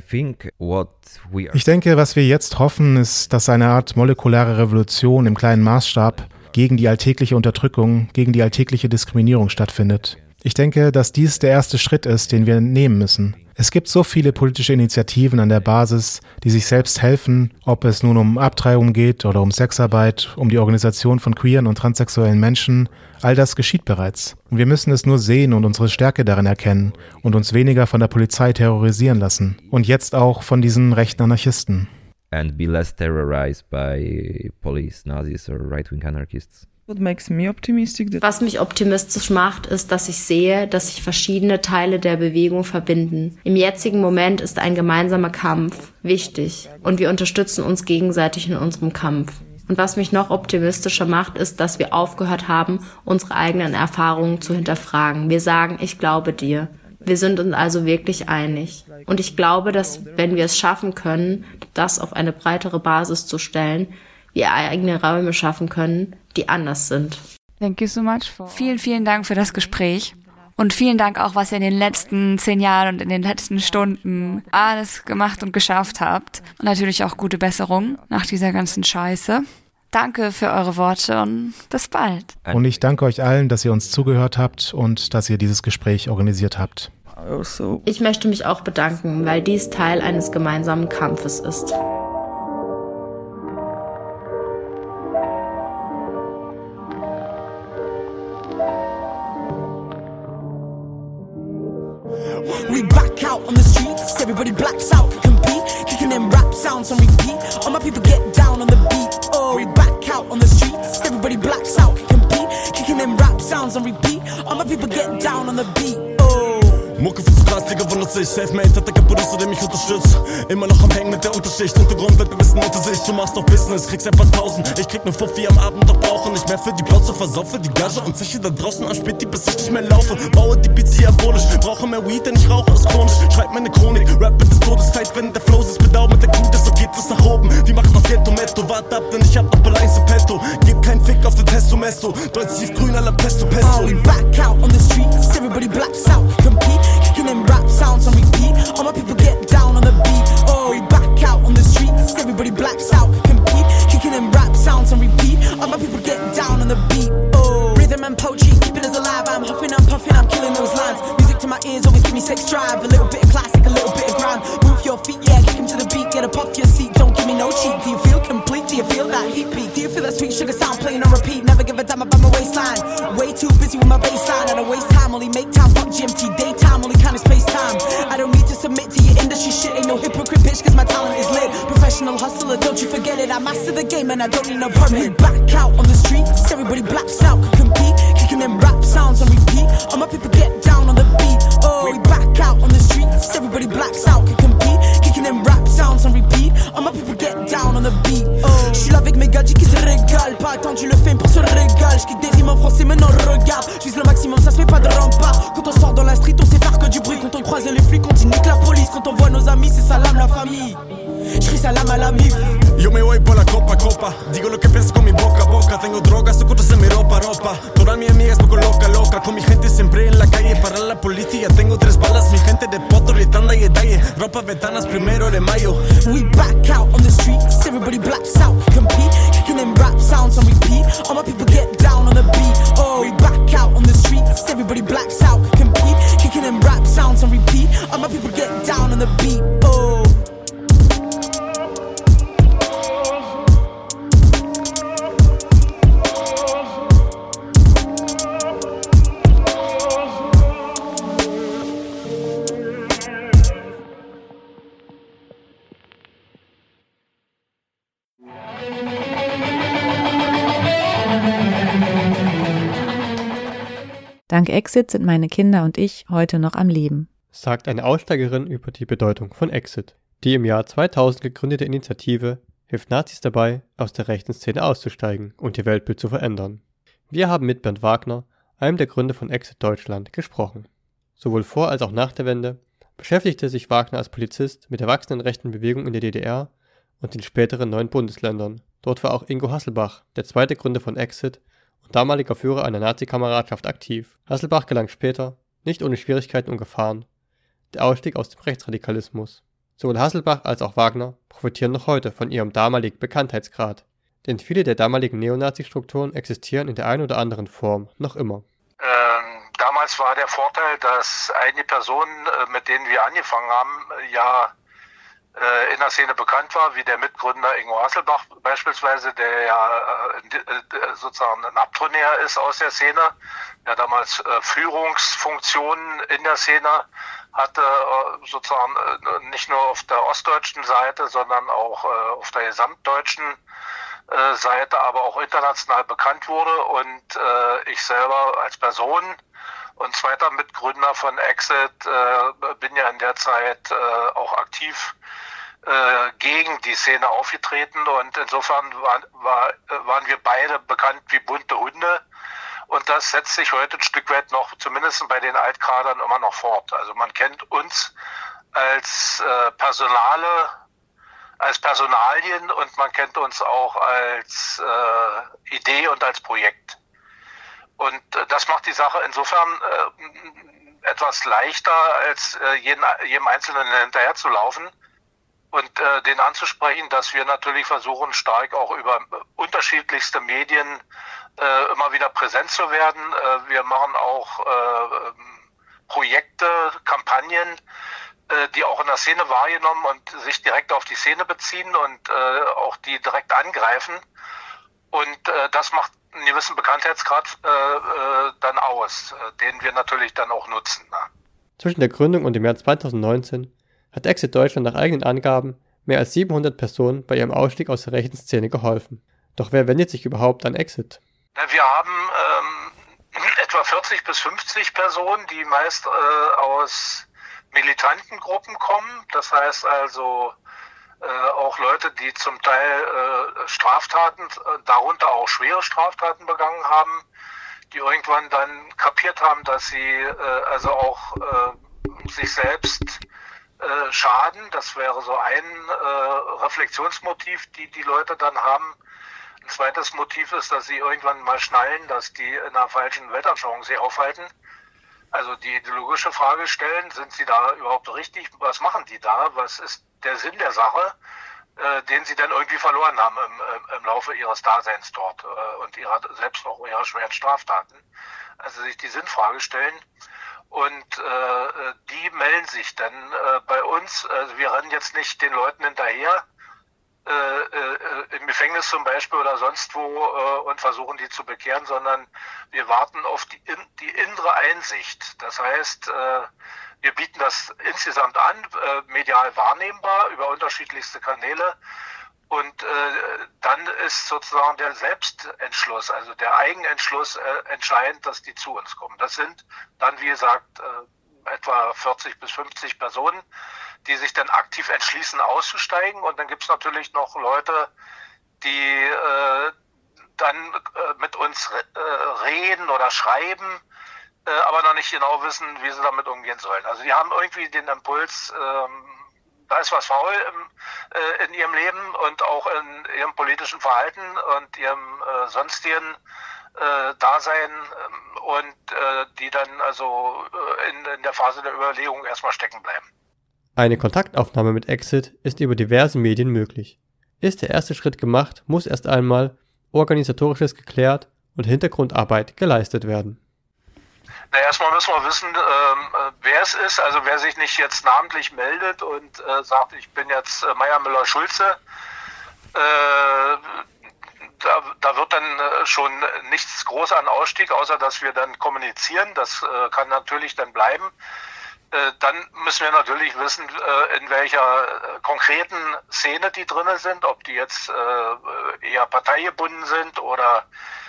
Ich denke, was wir jetzt hoffen, ist, dass eine Art molekulare Revolution im kleinen Maßstab gegen die alltägliche Unterdrückung, gegen die alltägliche Diskriminierung stattfindet. Ich denke, dass dies der erste Schritt ist, den wir nehmen müssen. Es gibt so viele politische Initiativen an der Basis, die sich selbst helfen, ob es nun um Abtreibung geht oder um Sexarbeit, um die Organisation von queeren und transsexuellen Menschen. All das geschieht bereits. Und wir müssen es nur sehen und unsere Stärke darin erkennen und uns weniger von der Polizei terrorisieren lassen. Und jetzt auch von diesen rechten Anarchisten.
And be less terrorized by police, Nazis or right-wing anarchists.
Was mich optimistisch macht, ist, dass ich sehe, dass sich verschiedene Teile der Bewegung verbinden. Im jetzigen Moment ist ein gemeinsamer Kampf wichtig und wir unterstützen uns gegenseitig in unserem Kampf. Und was mich noch optimistischer macht, ist, dass wir aufgehört haben, unsere eigenen Erfahrungen zu hinterfragen. Wir sagen, ich glaube dir. Wir sind uns also wirklich einig. Und ich glaube, dass, wenn wir es schaffen können, das auf eine breitere Basis zu stellen, wir eigene Räume schaffen können, die anders sind.
Thank you so much. Vielen, vielen Dank für das Gespräch. Und vielen Dank auch, was ihr in den letzten 10 Jahren und in den letzten Stunden alles gemacht und geschafft habt. Und natürlich auch gute Besserung nach dieser ganzen Scheiße. Danke für eure Worte und bis bald.
Und ich danke euch allen, dass ihr uns zugehört habt und dass ihr dieses Gespräch organisiert habt.
Ich möchte mich auch bedanken, weil dies Teil eines gemeinsamen Kampfes ist.
We back out on the streets, everybody blacks out, compete, kicking them rap sounds on repeat. All my people get down on the beat. Oh, we back out on the streets, everybody blacks out, compete, kicking them rap sounds on repeat. All my people get down on the beat. Oh.
Mucke viel zu krass, Digga, wundert sich. Selfmade hat der Kapudista, der mich unterstützt. Immer noch am Hängen mit der Unterschicht. Untergrund wird bemessen unter sich. Du machst doch Business, kriegst ein paar 1000. Ich krieg ne Fuffi am Abend, doch brauche nicht mehr für die Botze. Versaufe die Gage und Zeche da draußen am Späti, bis ich nicht mehr laufe. Baue die Beats diabolisch, brauche mehr Weed, denn ich rauche es chronisch. Schreib meine Chronik, Rap des Todeszeit, wenn der Flow ist, bedau mit der Crew, so geht es nach oben. Die machen auf Ghetto-Metto, warte ab, denn ich hab noch Balance im Petto. Gib keinen Fick auf den Testo-Mesto, Deutsch tiefgrün à la Pesto-Pesto.
Oh, we back out on the streets, everybody blacks out, compete, kicking them rap sounds on repeat. All my people get down on the beat. Oh, we back out on the little bit of classic, a little bit of grand. Move your feet, yeah, kick 'em to the beat. Get up off your seat, don't give me no cheat. Do you feel complete? Do you feel that heat peak? Do you feel that sweet sugar sound playing on repeat? Never give a damn about my waistline. Way too busy with my baseline. I don't waste time, only make time. Fuck GMT, daytime, only kind of space time. I don't need to submit to your industry shit. Ain't no hypocrite bitch, cause my talent is lit. Professional hustler, don't you forget it. I master the game and I don't need no permit. Back out on the streets, everybody blacks out, can compete. Kicking them rap sounds on repeat. All my people get down on the beat. Oh, we back out on the streets, everybody blacks out, can compete. Kicking them rap sounds on repeat. All my people get down on the beat. Oh, j'suis là avec mes gadgets qui se régalent. Pas attendu le film pour ce régal. J'kick des rimes en français, maintenant regarde. J'vise le maximum, ça se fait pas de rempart. Quand on sort dans la street, on sait faire que du bruit. Quand on croise les flics, on dit nique la police. Quand on voit nos amis, c'est salam la famille. J'cris salam a la mif.
Yo me voy por la copa, copa. Digo lo que pienso con mi boca, boca. Tengo drogas, ocultas en mi ropa, ropa. Todas mis amigas poco loca, loca. Con mi gente siempre en la calle. Para la policía tengo 3 balas. Mi gente de poto gritando y detalle. Ropa, ventanas, 1 de mayo.
We back out on the streets. Everybody blacks out, compete. Kicking them rap sounds on repeat. All my people get down on the beat. Oh, we back out on the streets. Everybody blacks out, compete. Kicking them rap sounds on repeat. All my people get down on the beat. Oh.
Dank Exit sind meine Kinder und ich heute noch am Leben,
sagt eine Aussteigerin über die Bedeutung von Exit. Die im Jahr 2000 gegründete Initiative hilft Nazis dabei, aus der rechten Szene auszusteigen und ihr Weltbild zu verändern. Wir haben mit Bernd Wagner, einem der Gründer von Exit Deutschland, gesprochen. Sowohl vor als auch nach der Wende beschäftigte sich Wagner als Polizist mit der wachsenden rechten Bewegung in der DDR und den späteren 9 Bundesländern. Dort war auch Ingo Hasselbach, der zweite Gründer von Exit, damaliger Führer einer Nazi-Kameradschaft, aktiv. Hasselbach gelang später, nicht ohne Schwierigkeiten und Gefahren, der Ausstieg aus dem Rechtsradikalismus. Sowohl Hasselbach als auch Wagner profitieren noch heute von ihrem damaligen Bekanntheitsgrad, denn viele der damaligen Neonazi-Strukturen existieren in der einen oder anderen Form noch immer.
Damals war der Vorteil, dass einige Personen, mit denen wir angefangen haben, ja in der Szene bekannt war, wie der Mitgründer Ingo Hasselbach beispielsweise, der ja sozusagen ein Abtrünniger ist aus der Szene, der damals Führungsfunktionen in der Szene hatte, sozusagen nicht nur auf der ostdeutschen Seite, sondern auch auf der gesamtdeutschen Seite, aber auch international bekannt wurde. Und ich selber als Person und zweiter Mitgründer von Exit bin ja in der Zeit auch aktiv gegen die Szene aufgetreten, und insofern waren wir beide bekannt wie bunte Hunde, und das setzt sich heute ein Stück weit noch, zumindest bei den Altkadern, immer noch fort. Also man kennt uns als Personalien, und man kennt uns auch als Idee und als Projekt. Und das macht die Sache insofern etwas leichter, als jedem Einzelnen hinterher zu laufen und den anzusprechen, dass wir natürlich versuchen, stark auch über unterschiedlichste Medien immer wieder präsent zu werden. Wir machen auch Projekte, Kampagnen, die auch in der Szene wahrgenommen und sich direkt auf die Szene beziehen und auch die direkt angreifen. Und das macht einen gewissen Bekanntheitsgrad dann aus, den wir natürlich dann auch nutzen.
Zwischen der Gründung und dem Jahr 2019 hat Exit Deutschland nach eigenen Angaben mehr als 700 Personen bei ihrem Ausstieg aus der rechten Szene geholfen. Doch wer wendet sich überhaupt an Exit?
Wir haben etwa 40 bis 50 Personen, die meist aus militanten Gruppen kommen. Das heißt also auch Leute, die zum Teil Straftaten, darunter auch schwere Straftaten begangen haben, die irgendwann dann kapiert haben, dass sie also auch sich selbst schaden. Das wäre so ein Reflexionsmotiv, die Leute dann haben. Ein zweites Motiv ist, dass sie irgendwann mal schnallen, dass die in einer falschen Weltanschauung sich aufhalten. Also die ideologische Frage stellen, sind sie da überhaupt richtig? Was machen die da? Was ist der Sinn der Sache, den sie dann irgendwie verloren haben im Laufe ihres Daseins dort und selbst auch ihrer schweren Straftaten? Also sich die Sinnfrage stellen. Und die melden sich dann bei uns. Also wir rennen jetzt nicht den Leuten hinterher, im Gefängnis zum Beispiel oder sonst wo und versuchen die zu bekehren, sondern wir warten auf die innere Einsicht. Das heißt, wir bieten das insgesamt an, medial wahrnehmbar über unterschiedlichste Kanäle. Und dann ist sozusagen der Selbstentschluss, also der Eigenentschluss entscheidend, dass die zu uns kommen. Das sind dann, wie gesagt, etwa 40 bis 50 Personen, die sich dann aktiv entschließen, auszusteigen. Und dann gibt es natürlich noch Leute, die dann mit uns reden oder schreiben, aber noch nicht genau wissen, wie sie damit umgehen sollen. Also die haben irgendwie den Impuls, da ist was faul in ihrem Leben und auch in ihrem politischen Verhalten und ihrem sonstigen Dasein und die dann also in der Phase der Überlegung erstmal stecken bleiben.
Eine Kontaktaufnahme mit Exit ist über diverse Medien möglich. Ist der erste Schritt gemacht, muss erst einmal Organisatorisches geklärt und Hintergrundarbeit geleistet werden.
Na, erstmal müssen wir wissen, wer es ist, also wer sich nicht jetzt namentlich meldet und sagt, ich bin jetzt Meier Müller-Schulze, da wird dann schon nichts groß an Ausstieg, außer dass wir dann kommunizieren, das kann natürlich dann bleiben. Dann müssen wir natürlich wissen, in welcher konkreten Szene die drin sind, ob die jetzt eher parteigebunden sind oder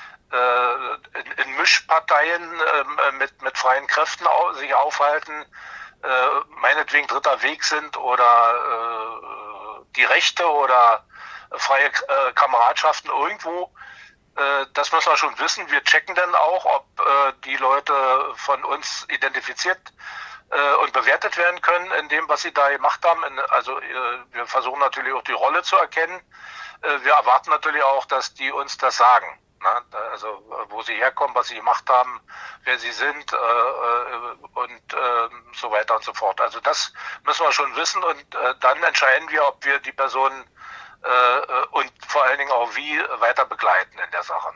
in Mischparteien mit freien Kräften sich aufhalten, meinetwegen dritter Weg sind oder die Rechte oder freie Kameradschaften irgendwo. Das müssen wir schon wissen. Wir checken dann auch, ob die Leute von uns identifiziert und bewertet werden können in dem, was sie da gemacht haben. Also wir versuchen natürlich auch die Rolle zu erkennen. Wir erwarten natürlich auch, dass die uns das sagen. Na, also wo sie herkommen, was sie gemacht haben, wer sie sind und so weiter und so fort. Also das müssen wir schon wissen und dann entscheiden wir, ob wir die Personen und vor allen Dingen auch wie weiter begleiten in der Sache.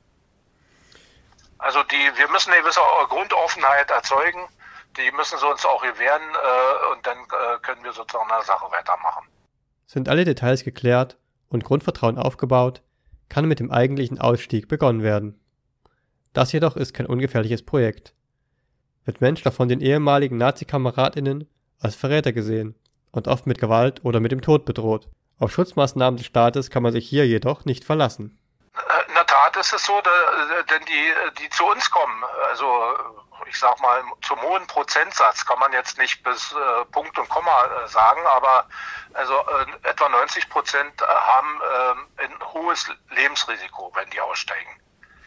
Also wir müssen eine gewisse Grundoffenheit erzeugen, die müssen sie uns auch gewähren und dann können wir sozusagen eine Sache weitermachen.
Sind alle Details geklärt und Grundvertrauen aufgebaut, kann mit dem eigentlichen Ausstieg begonnen werden. Das jedoch ist kein ungefährliches Projekt. Wird Mensch doch von den ehemaligen Nazi-KameradInnen als Verräter gesehen und oft mit Gewalt oder mit dem Tod bedroht. Auf Schutzmaßnahmen des Staates kann man sich hier jedoch nicht verlassen.
In der Tat ist es so, denn die zu uns kommen, also ich sag mal zum hohen Prozentsatz, kann man jetzt nicht bis Punkt und Komma sagen, aber also etwa 90% haben ein hohes Lebensrisiko, wenn die aussteigen.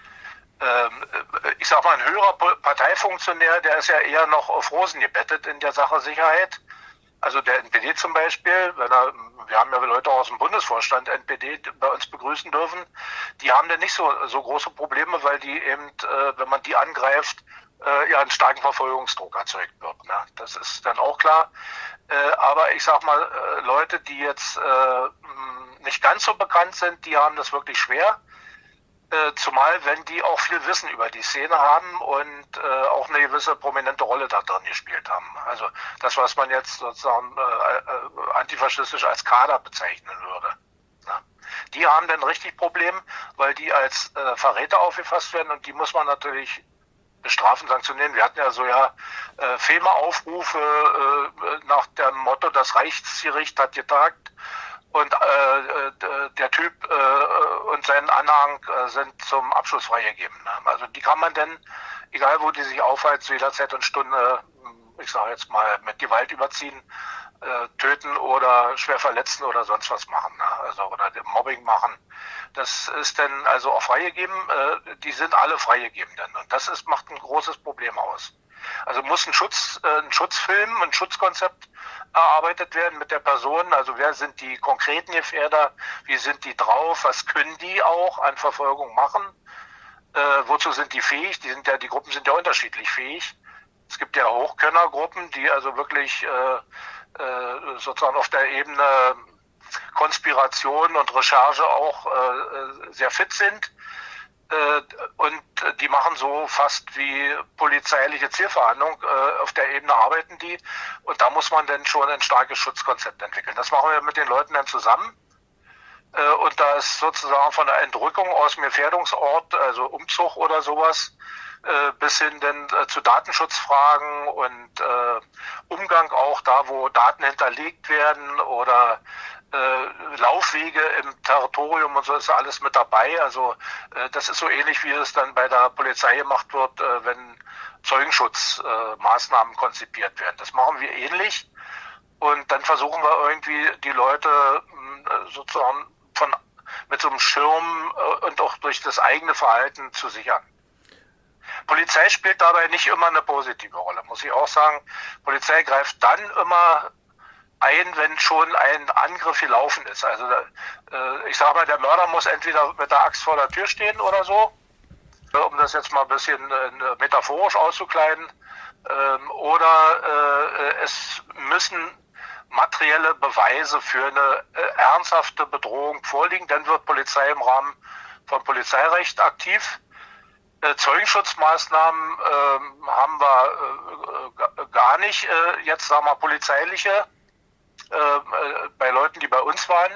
Ich sag mal, ein höherer Parteifunktionär, der ist ja eher noch auf Rosen gebettet in der Sache Sicherheit. Also der NPD zum Beispiel, wir haben ja Leute aus dem Bundesvorstand NPD bei uns begrüßen dürfen, die haben dann nicht so große Probleme, weil die eben, wenn man die angreift, ja einen starken Verfolgungsdruck erzeugt wird. Ne? Das ist dann auch klar. Aber ich sag mal, Leute, die jetzt nicht ganz so bekannt sind, die haben das wirklich schwer. Zumal, wenn die auch viel Wissen über die Szene haben und auch eine gewisse prominente Rolle da drin gespielt haben. Also das, was man jetzt sozusagen antifaschistisch als Kader bezeichnen würde. Ja. Die haben dann richtig Problem, weil die als Verräter aufgefasst werden und die muss man natürlich bestrafen, sanktionieren. Wir hatten ja so FEMA-Aufrufe nach dem Motto, das Reichsgericht hat getagt. Und der Typ und sein Anhang sind zum Abschluss freigegeben. Also die kann man dann, egal wo die sich aufhalten, zu jeder Zeit und Stunde, ich sage jetzt mal, mit Gewalt überziehen, töten oder schwer verletzen oder sonst was machen. Also oder Mobbing machen. Das ist dann also auch freigegeben. Die sind alle freigegeben dann. Und das macht ein großes Problem aus. Also muss ein Schutzfilm, ein Schutzkonzept erarbeitet werden mit der Person. Also wer sind die konkreten Gefährder, wie sind die drauf, was können die auch an Verfolgung machen, wozu sind die fähig? Die Gruppen sind ja unterschiedlich fähig. Es gibt ja Hochkönnergruppen, die also wirklich sozusagen auf der Ebene Konspiration und Recherche auch sehr fit sind. Und die machen so fast wie polizeiliche Zielverhandlung. Auf der Ebene arbeiten die. Und da muss man dann schon ein starkes Schutzkonzept entwickeln. Das machen wir mit den Leuten dann zusammen. Und da ist sozusagen von der Entrückung aus dem Gefährdungsort, also Umzug oder sowas, bis hin dann zu Datenschutzfragen und Umgang auch da, wo Daten hinterlegt werden oder Laufwege im Territorium und so ist alles mit dabei. Also das ist so ähnlich, wie es dann bei der Polizei gemacht wird, wenn Zeugenschutzmaßnahmen konzipiert werden. Das machen wir ähnlich und dann versuchen wir irgendwie die Leute sozusagen mit so einem Schirm und auch durch das eigene Verhalten zu sichern. Polizei spielt dabei nicht immer eine positive Rolle, muss ich auch sagen. Polizei greift dann immer ein, wenn schon ein Angriff gelaufen ist. Also ich sage mal, der Mörder muss entweder mit der Axt vor der Tür stehen oder so, um das jetzt mal ein bisschen metaphorisch auszukleiden, oder es müssen materielle Beweise für eine ernsthafte Bedrohung vorliegen. Dann wird Polizei im Rahmen von Polizeirecht aktiv. Zeugenschutzmaßnahmen haben wir gar nicht. Jetzt sagen wir polizeiliche. Bei Leuten, die bei uns waren,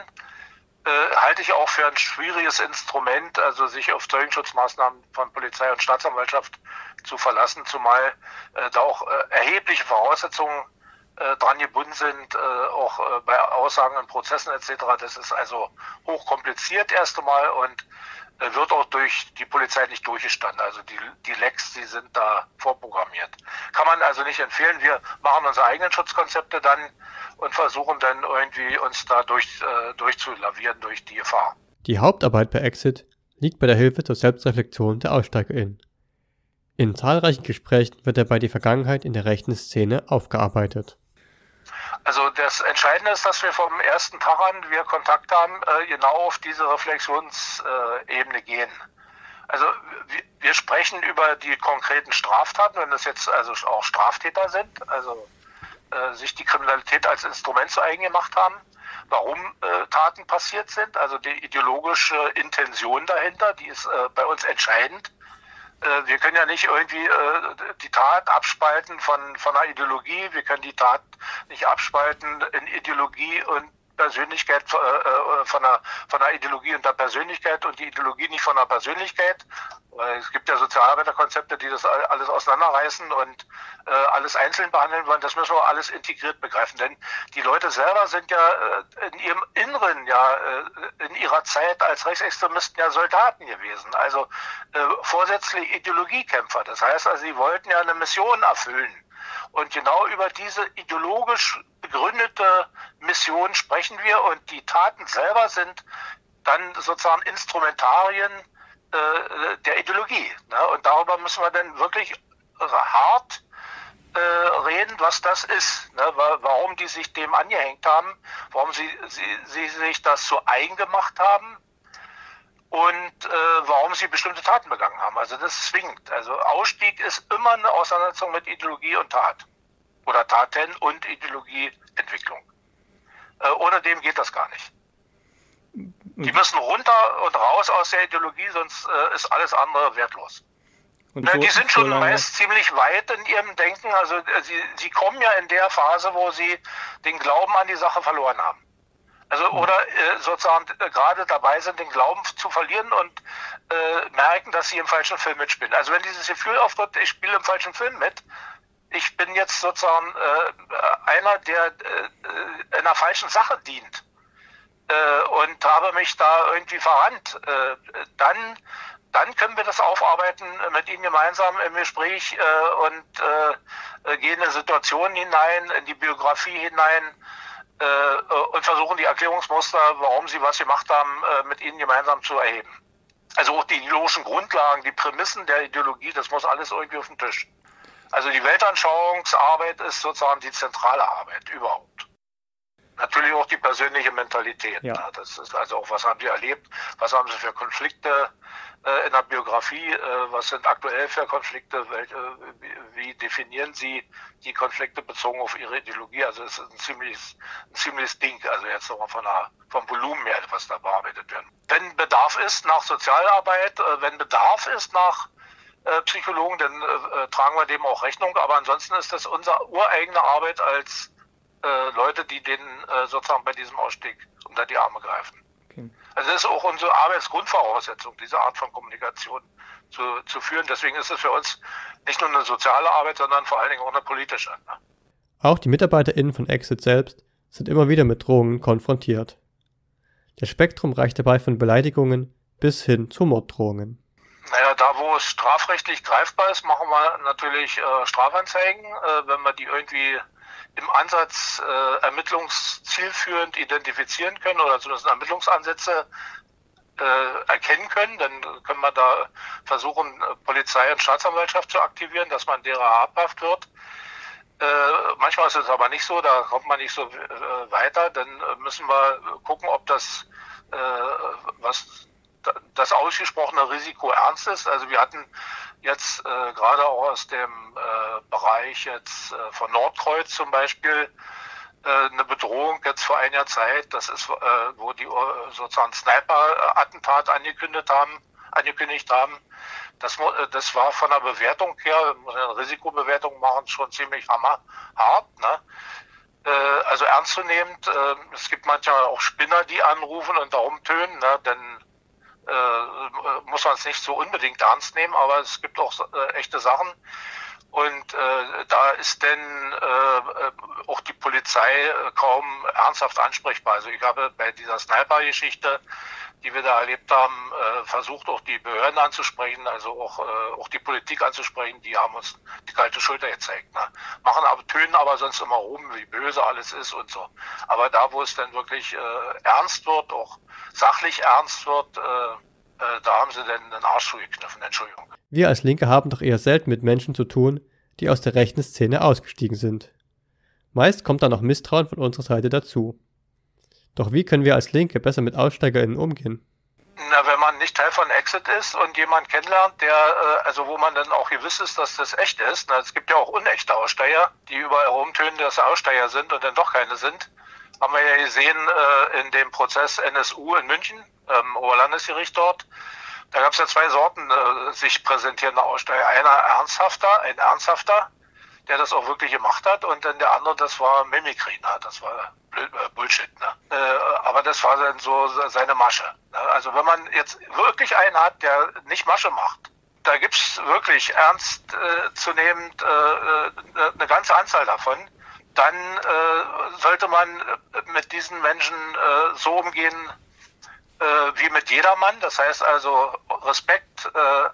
halte ich auch für ein schwieriges Instrument, also sich auf Zeugenschutzmaßnahmen von Polizei und Staatsanwaltschaft zu verlassen, zumal da auch erhebliche Voraussetzungen dran gebunden sind, auch bei Aussagen in Prozessen etc. Das ist also hochkompliziert erst einmal und wird auch durch die Polizei nicht durchgestanden. Also die Lecks, die sind da vorprogrammiert. Kann man also nicht empfehlen. Wir machen unsere eigenen Schutzkonzepte dann und versuchen dann irgendwie uns da durchzulavieren durch die Gefahr.
Die Hauptarbeit bei Exit liegt bei der Hilfe zur Selbstreflexion der AussteigerInnen. In zahlreichen Gesprächen wird dabei die Vergangenheit in der rechten Szene aufgearbeitet.
Also das Entscheidende ist, dass wir vom ersten Tag an wir Kontakt haben, genau auf diese Reflexionsebene gehen. Also wir sprechen über die konkreten Straftaten, wenn das jetzt also auch Straftäter sind, also sich die Kriminalität als Instrument zu eigen gemacht haben, warum Taten passiert sind, also die ideologische Intention dahinter, die ist bei uns entscheidend. Wir können ja nicht irgendwie die Tat abspalten von einer Ideologie. Wir können die Tat nicht abspalten in Ideologie und Persönlichkeit, von einer Ideologie und der Persönlichkeit und die Ideologie nicht von der Persönlichkeit. Es gibt ja Sozialarbeiterkonzepte, die das alles auseinanderreißen und alles einzeln behandeln wollen. Das müssen wir alles integriert begreifen, denn die Leute selber sind ja in ihrem Inneren, in ihrer Zeit als Rechtsextremisten ja Soldaten gewesen, also vorsätzlich Ideologiekämpfer. Das heißt also, sie wollten ja eine Mission erfüllen. Und genau über diese ideologisch begründete Mission sprechen wir und die Taten selber sind dann sozusagen Instrumentarien der Ideologie. Ne? Und darüber müssen wir dann wirklich hart reden, was das ist, ne? Warum die sich dem angehängt haben, warum sie sich das so eigen gemacht haben und warum sie bestimmte Taten begangen haben. Also das zwingt. Also Ausstieg ist immer eine Auseinandersetzung mit Ideologie und Tat. Oder Taten und Ideologieentwicklung. Ohne dem geht das gar nicht. Die müssen runter und raus aus der Ideologie, sonst ist alles andere wertlos. Und die sind schon meist ziemlich weit in ihrem Denken. Also sie kommen ja in der Phase, wo sie den Glauben an die Sache verloren haben. Also oder sozusagen gerade dabei sind, den Glauben zu verlieren und merken, dass sie im falschen Film mitspielen. Also wenn dieses Gefühl auftritt, ich spiele im falschen Film mit, ich bin jetzt sozusagen einer, der einer falschen Sache dient und habe mich da irgendwie verrannt, dann können wir das aufarbeiten mit Ihnen gemeinsam im Gespräch und gehen in Situationen hinein, in die Biografie hinein und versuchen die Erklärungsmuster, warum Sie was gemacht haben, mit Ihnen gemeinsam zu erheben. Also auch die ideologischen Grundlagen, die Prämissen der Ideologie, das muss alles irgendwie auf den Tisch. Also die Weltanschauungsarbeit ist sozusagen die zentrale Arbeit überhaupt. Natürlich auch die persönliche Mentalität.
Ja.
Ne? Das ist also auch, was haben sie erlebt, was haben sie für Konflikte in der Biografie, was sind aktuell für Konflikte, wie definieren sie die Konflikte bezogen auf ihre Ideologie. Also es ist ein ziemliches Ding, also jetzt nochmal vom Volumen her, was da bearbeitet wird. Wenn Bedarf ist nach Sozialarbeit, wenn Bedarf ist nach Psychologen, dann tragen wir dem auch Rechnung, aber ansonsten ist das unsere ureigene Arbeit als Leute, die denen sozusagen bei diesem Ausstieg unter die Arme greifen. Okay. Also das ist auch unsere Arbeitsgrundvoraussetzung, diese Art von Kommunikation zu führen. Deswegen ist es für uns nicht nur eine soziale Arbeit, sondern vor allen Dingen auch eine politische. Ne?
Auch die MitarbeiterInnen von Exit selbst sind immer wieder mit Drohungen konfrontiert. Das Spektrum reicht dabei von Beleidigungen bis hin zu Morddrohungen.
Naja, da wo es strafrechtlich greifbar ist, machen wir natürlich Strafanzeigen, wenn wir die irgendwie im Ansatz ermittlungszielführend identifizieren können oder zumindest Ermittlungsansätze erkennen können, dann können wir da versuchen, Polizei und Staatsanwaltschaft zu aktivieren, dass man derer habhaft wird. Manchmal ist es aber nicht so, da kommt man nicht so weiter. Dann müssen wir gucken, ob das ausgesprochene Risiko ernst ist. Also wir hatten jetzt gerade auch aus dem Bereich jetzt von Nordkreuz zum Beispiel eine Bedrohung jetzt vor einiger Zeit. Das ist, wo die sozusagen Sniper-Attentat angekündigt haben. Das war von der Bewertung her, eine Risikobewertung machen, schon ziemlich hart. Ne? Also ernstzunehmend. Es gibt manchmal auch Spinner, die anrufen und da rumtönen. Ne? Dann muss man es nicht so unbedingt ernst nehmen, aber es gibt auch echte Sachen. Und da ist dann auch die Polizei kaum ernsthaft ansprechbar. Also ich habe bei dieser Sniper-Geschichte, die wir da erlebt haben, versucht auch die Behörden anzusprechen, also auch die Politik anzusprechen, die haben uns die kalte Schulter gezeigt. Ne? Tönen aber sonst immer rum, wie böse alles ist und so. Aber da, wo es dann wirklich ernst wird, auch sachlich ernst wird, da haben sie dann den Arsch zugekniffen, Entschuldigung.
Wir als Linke haben doch eher selten mit Menschen zu tun, die aus der rechten Szene ausgestiegen sind. Meist kommt dann noch Misstrauen von unserer Seite dazu. Doch wie können wir als Linke besser mit AussteigerInnen umgehen?
Na, wenn man nicht Teil von Exit ist und jemanden kennenlernt, also wo man dann auch gewiss ist, dass das echt ist. Na, es gibt ja auch unechte Aussteiger, die überall rumtönen, dass sie Aussteiger sind und dann doch keine sind. Haben wir ja gesehen in dem Prozess NSU in München, Oberlandesgericht dort. Da gab es ja zwei Sorten sich präsentierender Aussteiger. Ein ernsthafter, der das auch wirklich gemacht hat, und dann der andere, das war Mimikry, ne? Das war Bullshit. Ne? Aber das war dann so seine Masche. Ne? Also wenn man jetzt wirklich einen hat, der nicht Masche macht, da gibt's wirklich ernstzunehmend eine ganze Anzahl davon, dann sollte man mit diesen Menschen so umgehen wie mit jedermann. Das heißt also Respekt,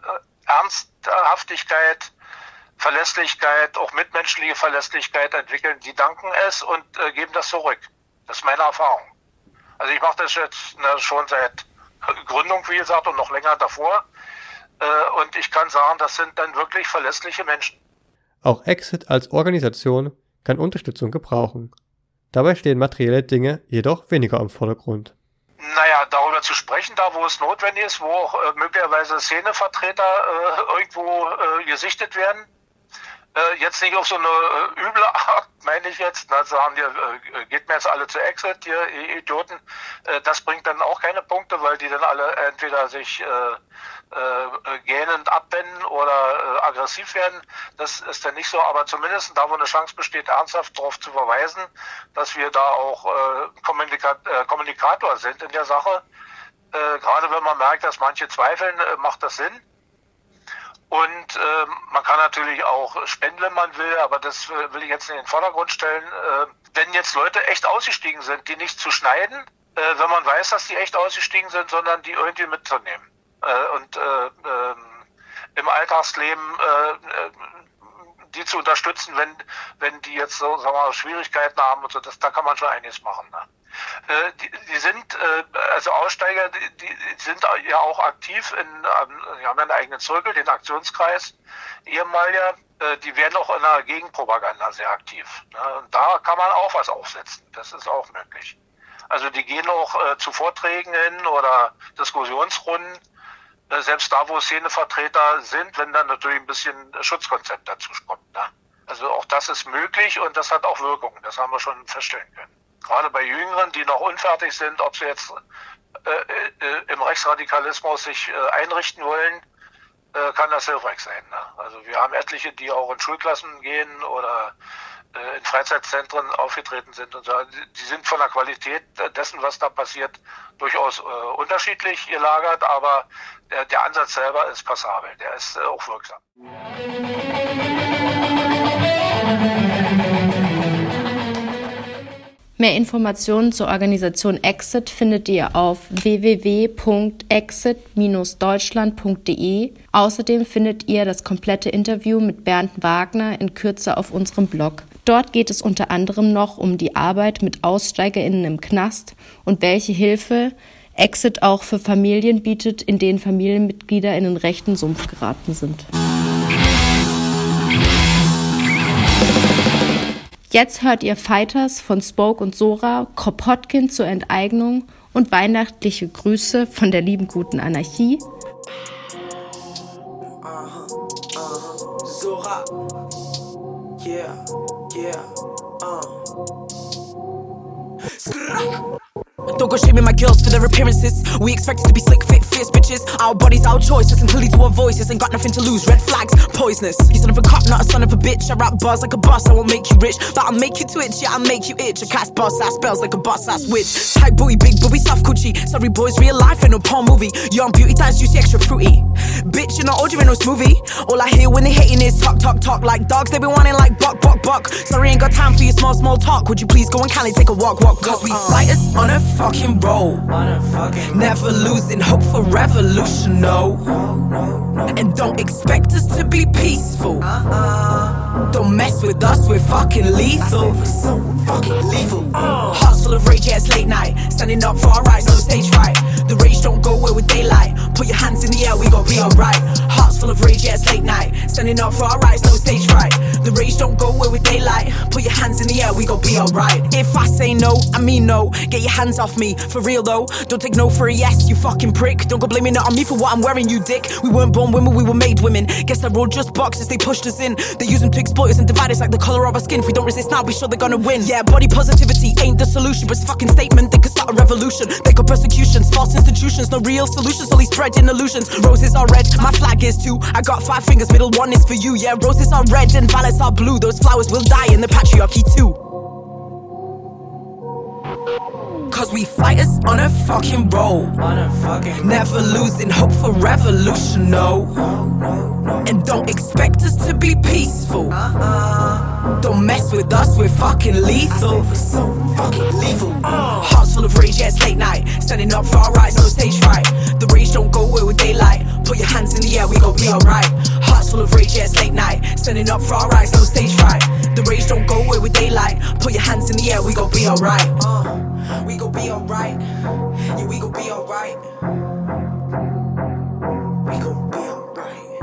Ernsthaftigkeit, Verlässlichkeit, auch mitmenschliche Verlässlichkeit entwickeln. Die danken es und geben das zurück. Das ist meine Erfahrung. Also ich mache das jetzt schon seit Gründung, wie gesagt, und noch länger davor. Und ich kann sagen, das sind dann wirklich verlässliche Menschen.
Auch Exit als Organisation kann Unterstützung gebrauchen. Dabei stehen materielle Dinge jedoch weniger im Vordergrund.
Naja, darüber zu sprechen, da wo es notwendig ist, wo auch möglicherweise Szenevertreter irgendwo gesichtet werden. Jetzt nicht auf so eine üble Art, meine ich jetzt. Na, sagen die, geht mir jetzt alle zu Exit, ihr Idioten. Das bringt dann auch keine Punkte, weil die dann alle entweder sich gähnend abwenden oder aggressiv werden. Das ist dann nicht so, aber zumindest da, wo eine Chance besteht, ernsthaft darauf zu verweisen, dass wir da auch Kommunikator sind in der Sache. Gerade wenn man merkt, dass manche zweifeln, macht das Sinn. Und man kann natürlich auch spenden, wenn man will, aber das will ich jetzt in den Vordergrund stellen. Wenn jetzt Leute echt ausgestiegen sind, die nicht zu schneiden, wenn man weiß, dass die echt ausgestiegen sind, sondern die irgendwie mitzunehmen. Und im Alltagsleben die zu unterstützen, wenn die jetzt so, sagen wir mal, Schwierigkeiten haben und so, da kann man schon einiges machen. Ne? Die sind, also Aussteiger, die sind ja auch aktiv die haben einen eigenen Zirkel, den Aktionskreis, ehemaliger, die werden auch in der Gegenpropaganda sehr aktiv. Ne? Und da kann man auch was aufsetzen, das ist auch möglich. Also die gehen auch zu Vorträgen hin oder Diskussionsrunden, selbst da, wo Szenevertreter sind, wenn dann natürlich ein bisschen Schutzkonzept dazu kommt. Ne? Also auch das ist möglich und das hat auch Wirkung, das haben wir schon feststellen können. Gerade bei Jüngeren, die noch unfertig sind, ob sie jetzt im Rechtsradikalismus sich einrichten wollen, kann das hilfreich sein. Ne? Also wir haben etliche, die auch in Schulklassen gehen oder in Freizeitzentren aufgetreten sind und so. Die sind von der Qualität dessen, was da passiert, durchaus unterschiedlich gelagert, aber der Ansatz selber ist passabel, der ist auch wirksam.
Mehr Informationen zur Organisation Exit findet ihr auf www.exit-deutschland.de. Außerdem findet ihr das komplette Interview mit Bernd Wagner in Kürze auf unserem Blog. Dort geht es unter anderem noch um die Arbeit mit AussteigerInnen im Knast und welche Hilfe Exit auch für Familien bietet, in denen Familienmitglieder in den rechten Sumpf geraten sind. Jetzt hört ihr Fighters von Spoke und Sora, Kropotkin zur Enteignung und weihnachtliche Grüße von der lieben guten Anarchie.
Sora. Yeah, yeah, Don't go shaming my girls for their appearances. We expected to be slick, fit, fierce bitches. Our bodies, our choice. Listen clearly to our voices. Ain't got nothing to lose. Red flags, poisonous. You son of a cop, not a son of a bitch. I rap bars like a boss. I won't make you rich, but I'll make you twitch. Yeah, I'll make you itch. I cast boss ass spells like a boss ass witch. Tight booty, big booby, soft coochie. Sorry boys, real life ain't no porn movie. Young beauty thighs, juicy, extra fruity. Bitch, you're not old, you're in no smoothie. All I hear when they hating is talk, talk, talk. Like dogs, they be wanting like buck, buck, buck. Sorry, ain't got time for your small, small talk. Would you please go and Cali take a walk, walk, walk? Cause we fighters on a fucking roll. Never losing hope for revolution, no. And don't expect us to be peaceful. Don't mess with us, we're fucking lethal. Hearts full of rage, yeah, it's late night. Standing up for our rights, no stage fright. The rage don't go away with daylight. Put your hands in the air, we gon' be alright. Hearts full of rage, yeah, it's late night. Standing up for our rights, no stage fright. The rage don't go away with daylight. Put your hands in the air, we gon' be alright. If I say no, I mean no. Get your hands off me, for real though. Don't take no for a yes, you fucking prick. Don't go blaming it on me for what I'm wearing, you dick. We weren't born women, we were made women. Guess they're all just boxes, they pushed us in. They use them to exploit us and divide us like the colour of our skin. If we don't resist now, be sure they're gonna win. Yeah, body positivity ain't the solution, but it's a fucking statement. They could start a revolution. They got persecutions, false institutions, no real solutions, only spreading illusions. Roses are red, my flag is too. I got 5 fingers, middle one is for you. Yeah, roses are red and violets are blue. Those flowers will die in the patriarchy too. Cause we fighters on a fucking roll. Never losing hope for revolution, no. And don't expect us to be peaceful. Don't mess with us, we're fucking lethal. Hearts full of rage, yeah, it's late night. Standing up for our rights, no stage fright. The rage don't go away with daylight. Put your hands in the air, we gon' be alright. Hearts full of rage, yeah, it's late night. Standing up for our rights, no stage fright. The rage don't go away with daylight. Put your hands in the air, we gon' be alright. We gon' be alright. Yeah, we gon' be alright. We gon' be alright.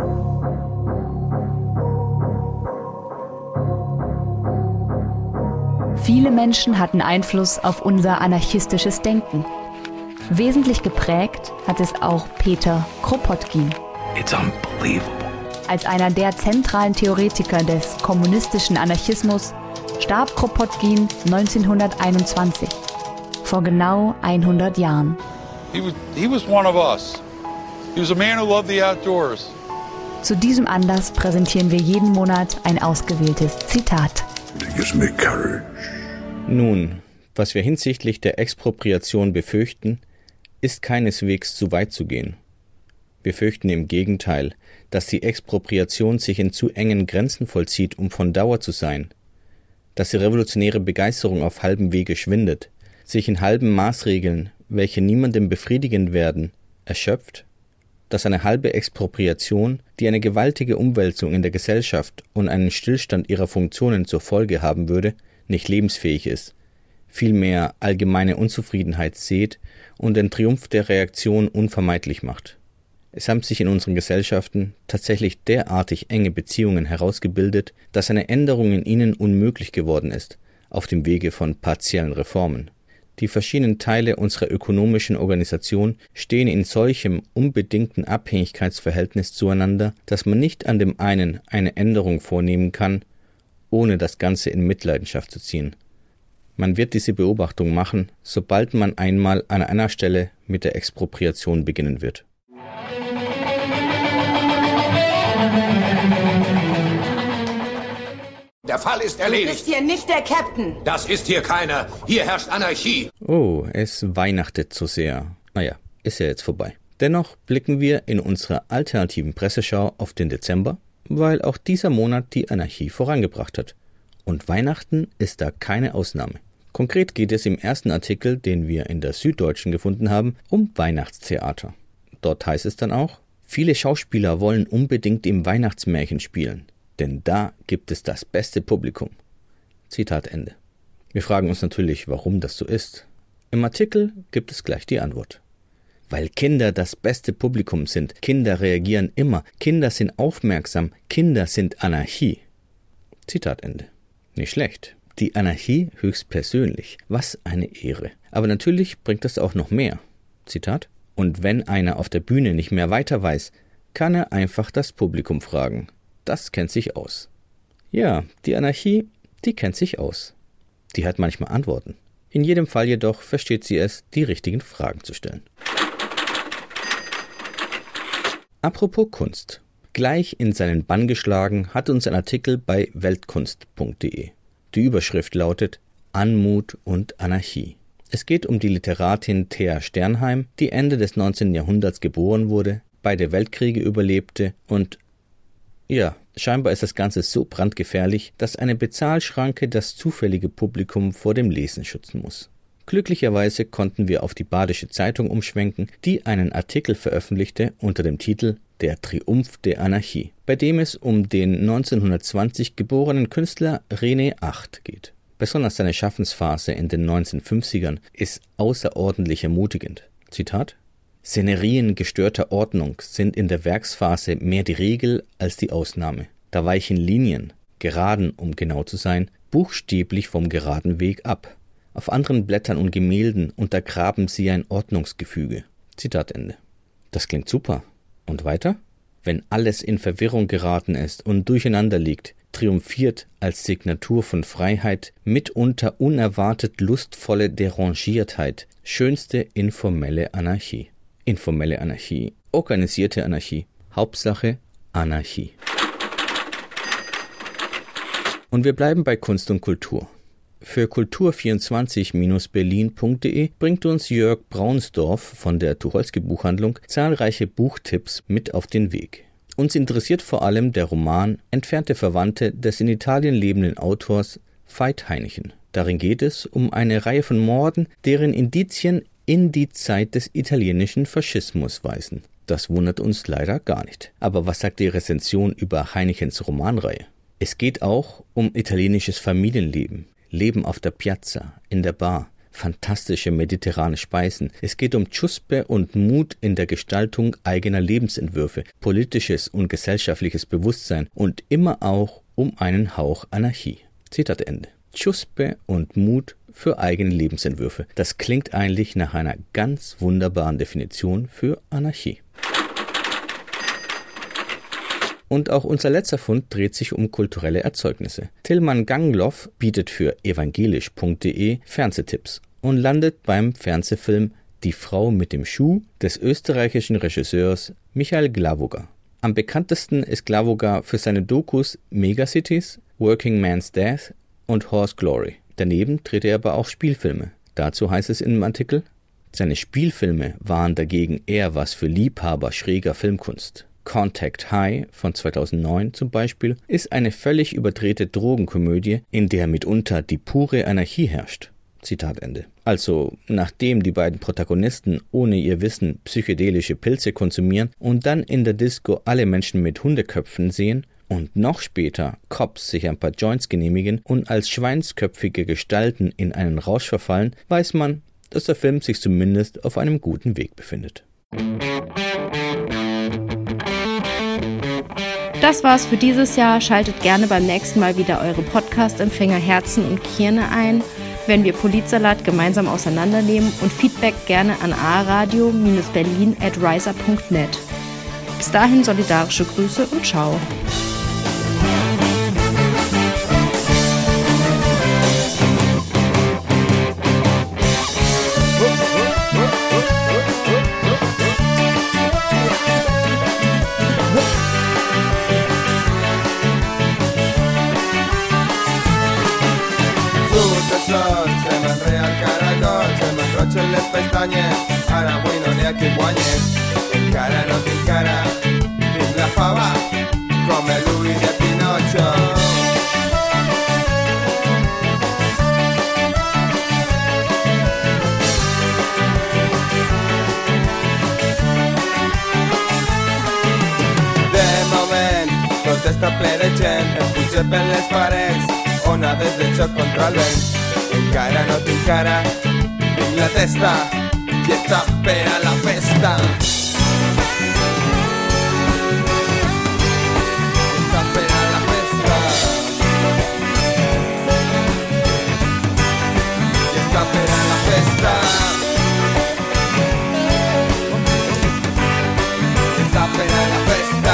Viele Menschen hatten Einfluss auf unser anarchistisches Denken. Wesentlich geprägt hat es auch Peter Kropotkin.
It's unbelievable.
Als einer der zentralen Theoretiker des kommunistischen Anarchismus starb Kropotkin 1921, vor genau 100 Jahren.
He was one of us. He was a man who loved the outdoors.
Zu diesem Anlass präsentieren wir jeden Monat ein ausgewähltes Zitat.
It gives me courage.
Nun, was wir hinsichtlich der Expropriation befürchten, ist keineswegs zu weit zu gehen. Wir fürchten im Gegenteil, dass die Expropriation sich in zu engen Grenzen vollzieht, um von Dauer zu sein, dass die revolutionäre Begeisterung auf halbem Wege schwindet, sich in halben Maßregeln, welche niemandem befriedigend werden, erschöpft dass eine halbe Expropriation, die eine gewaltige Umwälzung in der Gesellschaft und einen Stillstand ihrer Funktionen zur Folge haben würde, nicht lebensfähig ist, vielmehr allgemeine Unzufriedenheit sät und den Triumph der Reaktion unvermeidlich macht. Es haben sich in unseren Gesellschaften tatsächlich derartig enge Beziehungen herausgebildet, dass eine Änderung in ihnen unmöglich geworden ist, auf dem Wege von partiellen Reformen. Die verschiedenen Teile unserer ökonomischen Organisation stehen in solchem unbedingten Abhängigkeitsverhältnis zueinander, dass man nicht an dem einen eine Änderung vornehmen kann, ohne das Ganze in Mitleidenschaft zu ziehen. Man wird diese Beobachtung machen, sobald man einmal an einer Stelle mit der Expropriation beginnen wird.
Der Fall ist erledigt.
Du bist hier nicht der Captain.
Das ist hier keiner. Hier herrscht Anarchie.
Oh, es weihnachtet so sehr. Naja, ist ja jetzt vorbei. Dennoch blicken wir in unserer alternativen Presseschau auf den Dezember, weil auch dieser Monat die Anarchie vorangebracht hat. Und Weihnachten ist da keine Ausnahme. Konkret geht es im ersten Artikel, den wir in der Süddeutschen gefunden haben, um Weihnachtstheater. Dort heißt es dann auch: Viele Schauspieler wollen unbedingt im Weihnachtsmärchen spielen, denn da gibt es das beste Publikum. Zitat Ende. Wir fragen uns natürlich, warum das so ist. Im Artikel gibt es gleich die Antwort. Weil Kinder das beste Publikum sind. Kinder reagieren immer. Kinder sind aufmerksam. Kinder sind Anarchie. Zitat Ende. Nicht schlecht. Die Anarchie höchstpersönlich. Was eine Ehre. Aber natürlich bringt das auch noch mehr. Zitat: Und wenn einer auf der Bühne nicht mehr weiter weiß, kann er einfach das Publikum fragen. Das kennt sich aus. Ja, die Anarchie, die kennt sich aus. Die hat manchmal Antworten. In jedem Fall jedoch versteht sie es, die richtigen Fragen zu stellen. Apropos Kunst. Gleich in seinen Bann geschlagen hat uns ein Artikel bei weltkunst.de. Die Überschrift lautet Anmut und Anarchie. Es geht um die Literatin Thea Sternheim, die Ende des 19. Jahrhunderts geboren wurde, beide Weltkriege überlebte und ja, scheinbar ist das Ganze so brandgefährlich, dass eine Bezahlschranke das zufällige Publikum vor dem Lesen schützen muss. Glücklicherweise konnten wir auf die Badische Zeitung umschwenken, die einen Artikel veröffentlichte unter dem Titel Der Triumph der Anarchie, bei dem es um den 1920 geborenen Künstler René Acht geht. Besonders seine Schaffensphase in den 1950ern ist außerordentlich ermutigend. Zitat: Szenerien gestörter Ordnung sind in der Werksphase mehr die Regel als die Ausnahme. Da weichen Linien, geraden um genau zu sein, buchstäblich vom geraden Weg ab. Auf anderen Blättern und Gemälden untergraben sie ein Ordnungsgefüge. Zitat Ende. Das klingt super. Und weiter? Wenn alles in Verwirrung geraten ist und durcheinander liegt, triumphiert als Signatur von Freiheit mitunter unerwartet lustvolle Derangiertheit, schönste informelle Anarchie. Informelle Anarchie, organisierte Anarchie, Hauptsache Anarchie. Und wir bleiben bei Kunst und Kultur. Für kultur24-berlin.de bringt uns Jörg Braunsdorf von der Tucholsky Buchhandlung zahlreiche Buchtipps mit auf den Weg. Uns interessiert vor allem der Roman Entfernte Verwandte des in Italien lebenden Autors Veit Heinichen. Darin geht es um eine Reihe von Morden, deren Indizien in die Zeit des italienischen Faschismus weisen. Das wundert uns leider gar nicht. Aber was sagt die Rezension über Heinichens Romanreihe? Es geht auch um italienisches Familienleben, Leben auf der Piazza, in der Bar, fantastische mediterrane Speisen. Es geht um Giuseppe und Mut in der Gestaltung eigener Lebensentwürfe, politisches und gesellschaftliches Bewusstsein und immer auch um einen Hauch Anarchie. Zitat Ende. Giuseppe und Mut für eigene Lebensentwürfe. Das klingt eigentlich nach einer ganz wunderbaren Definition für Anarchie. Und auch unser letzter Fund dreht sich um kulturelle Erzeugnisse. Tilman Gangloff bietet für evangelisch.de Fernsehtipps und landet beim Fernsehfilm Die Frau mit dem Schuh des österreichischen Regisseurs Michael Glavoga. Am bekanntesten ist Glavoga für seine Dokus Megacities, Working Man's Death und Horse Glory. Daneben dreht er aber auch Spielfilme. Dazu heißt es in dem Artikel: Seine Spielfilme waren dagegen eher was für Liebhaber schräger Filmkunst. Contact High von 2009 zum Beispiel ist eine völlig überdrehte Drogenkomödie, in der mitunter die pure Anarchie herrscht. Zitat Ende. Also, nachdem die beiden Protagonisten ohne ihr Wissen psychedelische Pilze konsumieren und dann in der Disco alle Menschen mit Hundeköpfen sehen und noch später Cops sich ein paar Joints genehmigen und als schweinsköpfige Gestalten in einen Rausch verfallen, weiß man, dass der Film sich zumindest auf einem guten Weg befindet.
Das war's für dieses Jahr. Schaltet gerne beim nächsten Mal wieder eure Podcast-Empfänger Herzen und Kirne ein, wenn wir Politsalat gemeinsam auseinandernehmen, und Feedback gerne an aradio-berlin@riser.net. Bis dahin solidarische Grüße und ciao.
Se m'enrea el caragol, se m'enrotxen les pestanyes, ara avui no n'hi ha qui guanye. Encara no tinc cara, tinc la fava, com l'ull de Pinocho. De moment, tot està ple de gent, em puja per les parets, onades de xoc contra el vent. Encara no tinc cara, tinc la testa i està per a la festa. Està per a la festa. I està per a la festa. Està per a la festa.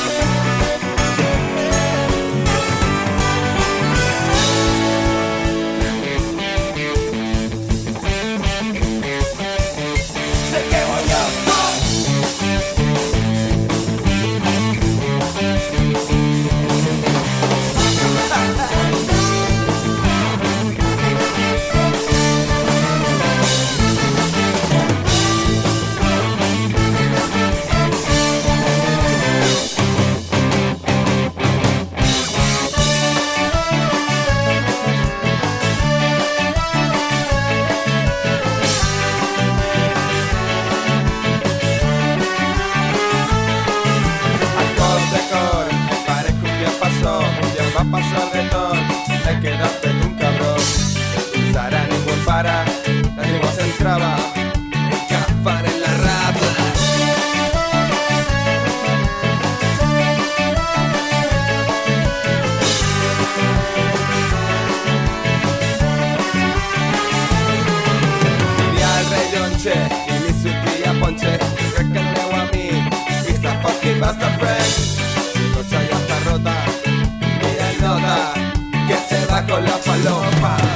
Paso al retorn, he quedat fet un cabró. Fins ara ningú em para, la llengua se'm trava, i que faré la rata. Diria el rellonxe i li sortia ponxe, crec que el meu amic is a fucking bastard friend. Cotxa ja està rota, que se va con la falopa.